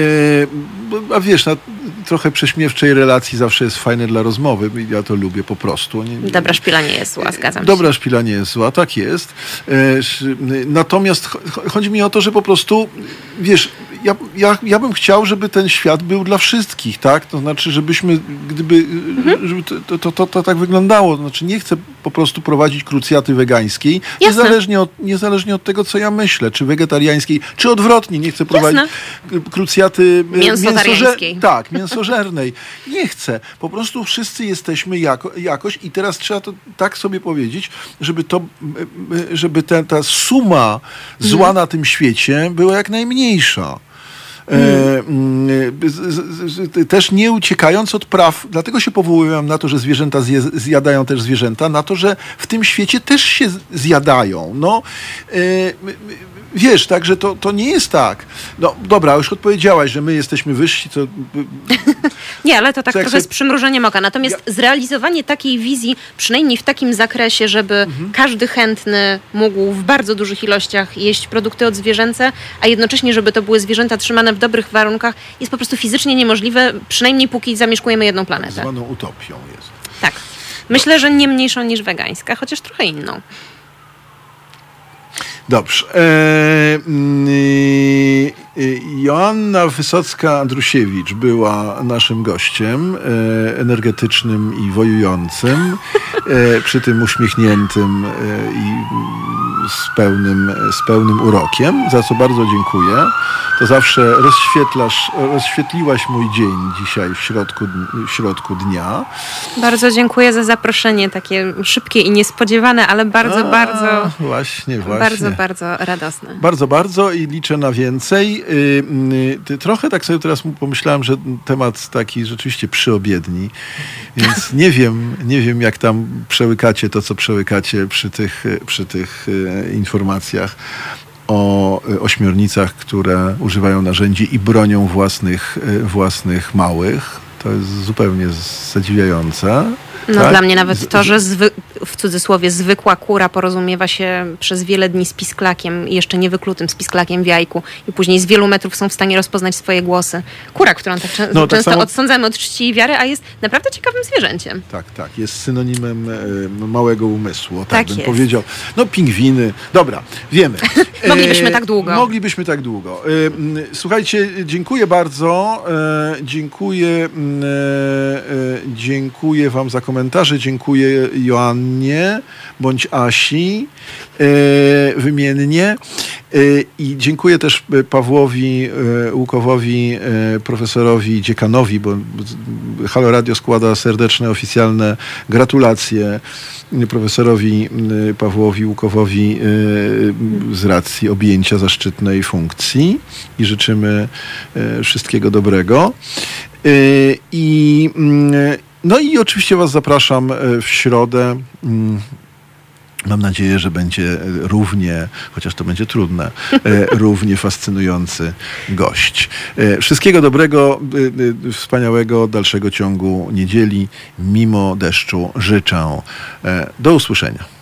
e, a wiesz, na trochę prześmiewczej relacji zawsze jest fajne dla rozmowy. Ja to lubię po prostu. Nie, nie, Dobra szpila nie jest zła, zgadzam się. Dobra szpila nie jest zła, tak jest. E, natomiast chodzi mi o to, że po prostu, wiesz, ja, ja, ja bym chciał, żeby ten świat był dla wszystkich, tak? To znaczy, żebyśmy, gdyby, mhm. żeby to, to, to, to tak wyglądało. To znaczy, nie chcę po prostu prowadzić krucjaty wegańskiej, niezależnie od, niezależnie od tego, co ja myślę, czy wegetariańskiej, czy odwrotnie, nie chcę prowadzić Jasne. krucjaty mięsotariańskiej. Mięsożer- tak, mięsożernej. Nie chcę. Po prostu wszyscy jesteśmy jako, jakoś i teraz trzeba to tak sobie powiedzieć, żeby to, żeby ta, ta suma zła mhm. na tym świecie była jak najmniejsza. Hmm. E, z, z, z, też nie uciekając od praw, dlatego się powoływałem na to, że zwierzęta zje, zjadają też zwierzęta, na to, że w tym świecie też się zjadają. No, e, wiesz, także to, to nie jest tak. No dobra, już odpowiedziałaś, że my jesteśmy wyżsi, co... Nie, ale to tak co trochę sobie... z przymrużeniem oka. Natomiast ja... zrealizowanie takiej wizji, przynajmniej w takim zakresie, żeby mhm. każdy chętny mógł w bardzo dużych ilościach jeść produkty odzwierzęce, a jednocześnie, żeby to były zwierzęta trzymane w dobrych warunkach, jest po prostu fizycznie niemożliwe, przynajmniej póki zamieszkujemy jedną planetę. Tak zwaną utopią jest. Tak. Myślę, że nie mniejszą niż wegańska, chociaż trochę inną. Dobrze. E, y, y, Joanna Wysocka-Andrusiewicz była naszym gościem e, energetycznym i wojującym, e, przy tym uśmiechniętym e, i z pełnym, z pełnym urokiem, za co bardzo dziękuję. To zawsze rozświetlasz, rozświetliłaś mój dzień dzisiaj w środku, w środku dnia. Bardzo dziękuję za zaproszenie, takie szybkie i niespodziewane, ale bardzo, A, bardzo... Właśnie, właśnie. Bardzo, bardzo radosne. Bardzo, bardzo i liczę na więcej. Yy, trochę tak sobie teraz pomyślałem, że temat taki rzeczywiście przyobiedni, więc nie wiem, nie wiem jak tam przełykacie to, co przełykacie przy tych, przy tych yy, informacjach o ośmiornicach, które używają narzędzi i bronią własnych, yy, własnych małych. To jest zupełnie zadziwiające. No tak? Dla mnie nawet to, że zwy, w cudzysłowie zwykła kura porozumiewa się przez wiele dni z pisklakiem, jeszcze niewyklutym z pisklakiem w jajku i później z wielu metrów są w stanie rozpoznać swoje głosy. Kura, którą tak cze- no, często tak samo... odsądzamy od czci i wiary, a jest naprawdę ciekawym zwierzęciem. Tak, tak. Jest synonimem e, małego umysłu. Tak, tak bym jest. powiedział. No pingwiny. Dobra, wiemy. Moglibyśmy e, tak długo. Moglibyśmy tak długo. E, słuchajcie, dziękuję bardzo. E, dziękuję, e, e, dziękuję wam za komentarze. Dziękuję Joannie bądź Asi e, wymiennie. E, I dziękuję też Pawłowi e, Łukowowi, e, profesorowi, dziekanowi, bo Halo Radio składa serdeczne, oficjalne gratulacje profesorowi e, Pawłowi Łukowowi e, z racji objęcia zaszczytnej funkcji i życzymy e, wszystkiego dobrego. E, I No i oczywiście was zapraszam w środę. Mam nadzieję, że będzie równie, chociaż to będzie trudne, równie fascynujący gość. Wszystkiego dobrego, wspaniałego dalszego ciągu niedzieli. Mimo deszczu życzę. Do usłyszenia.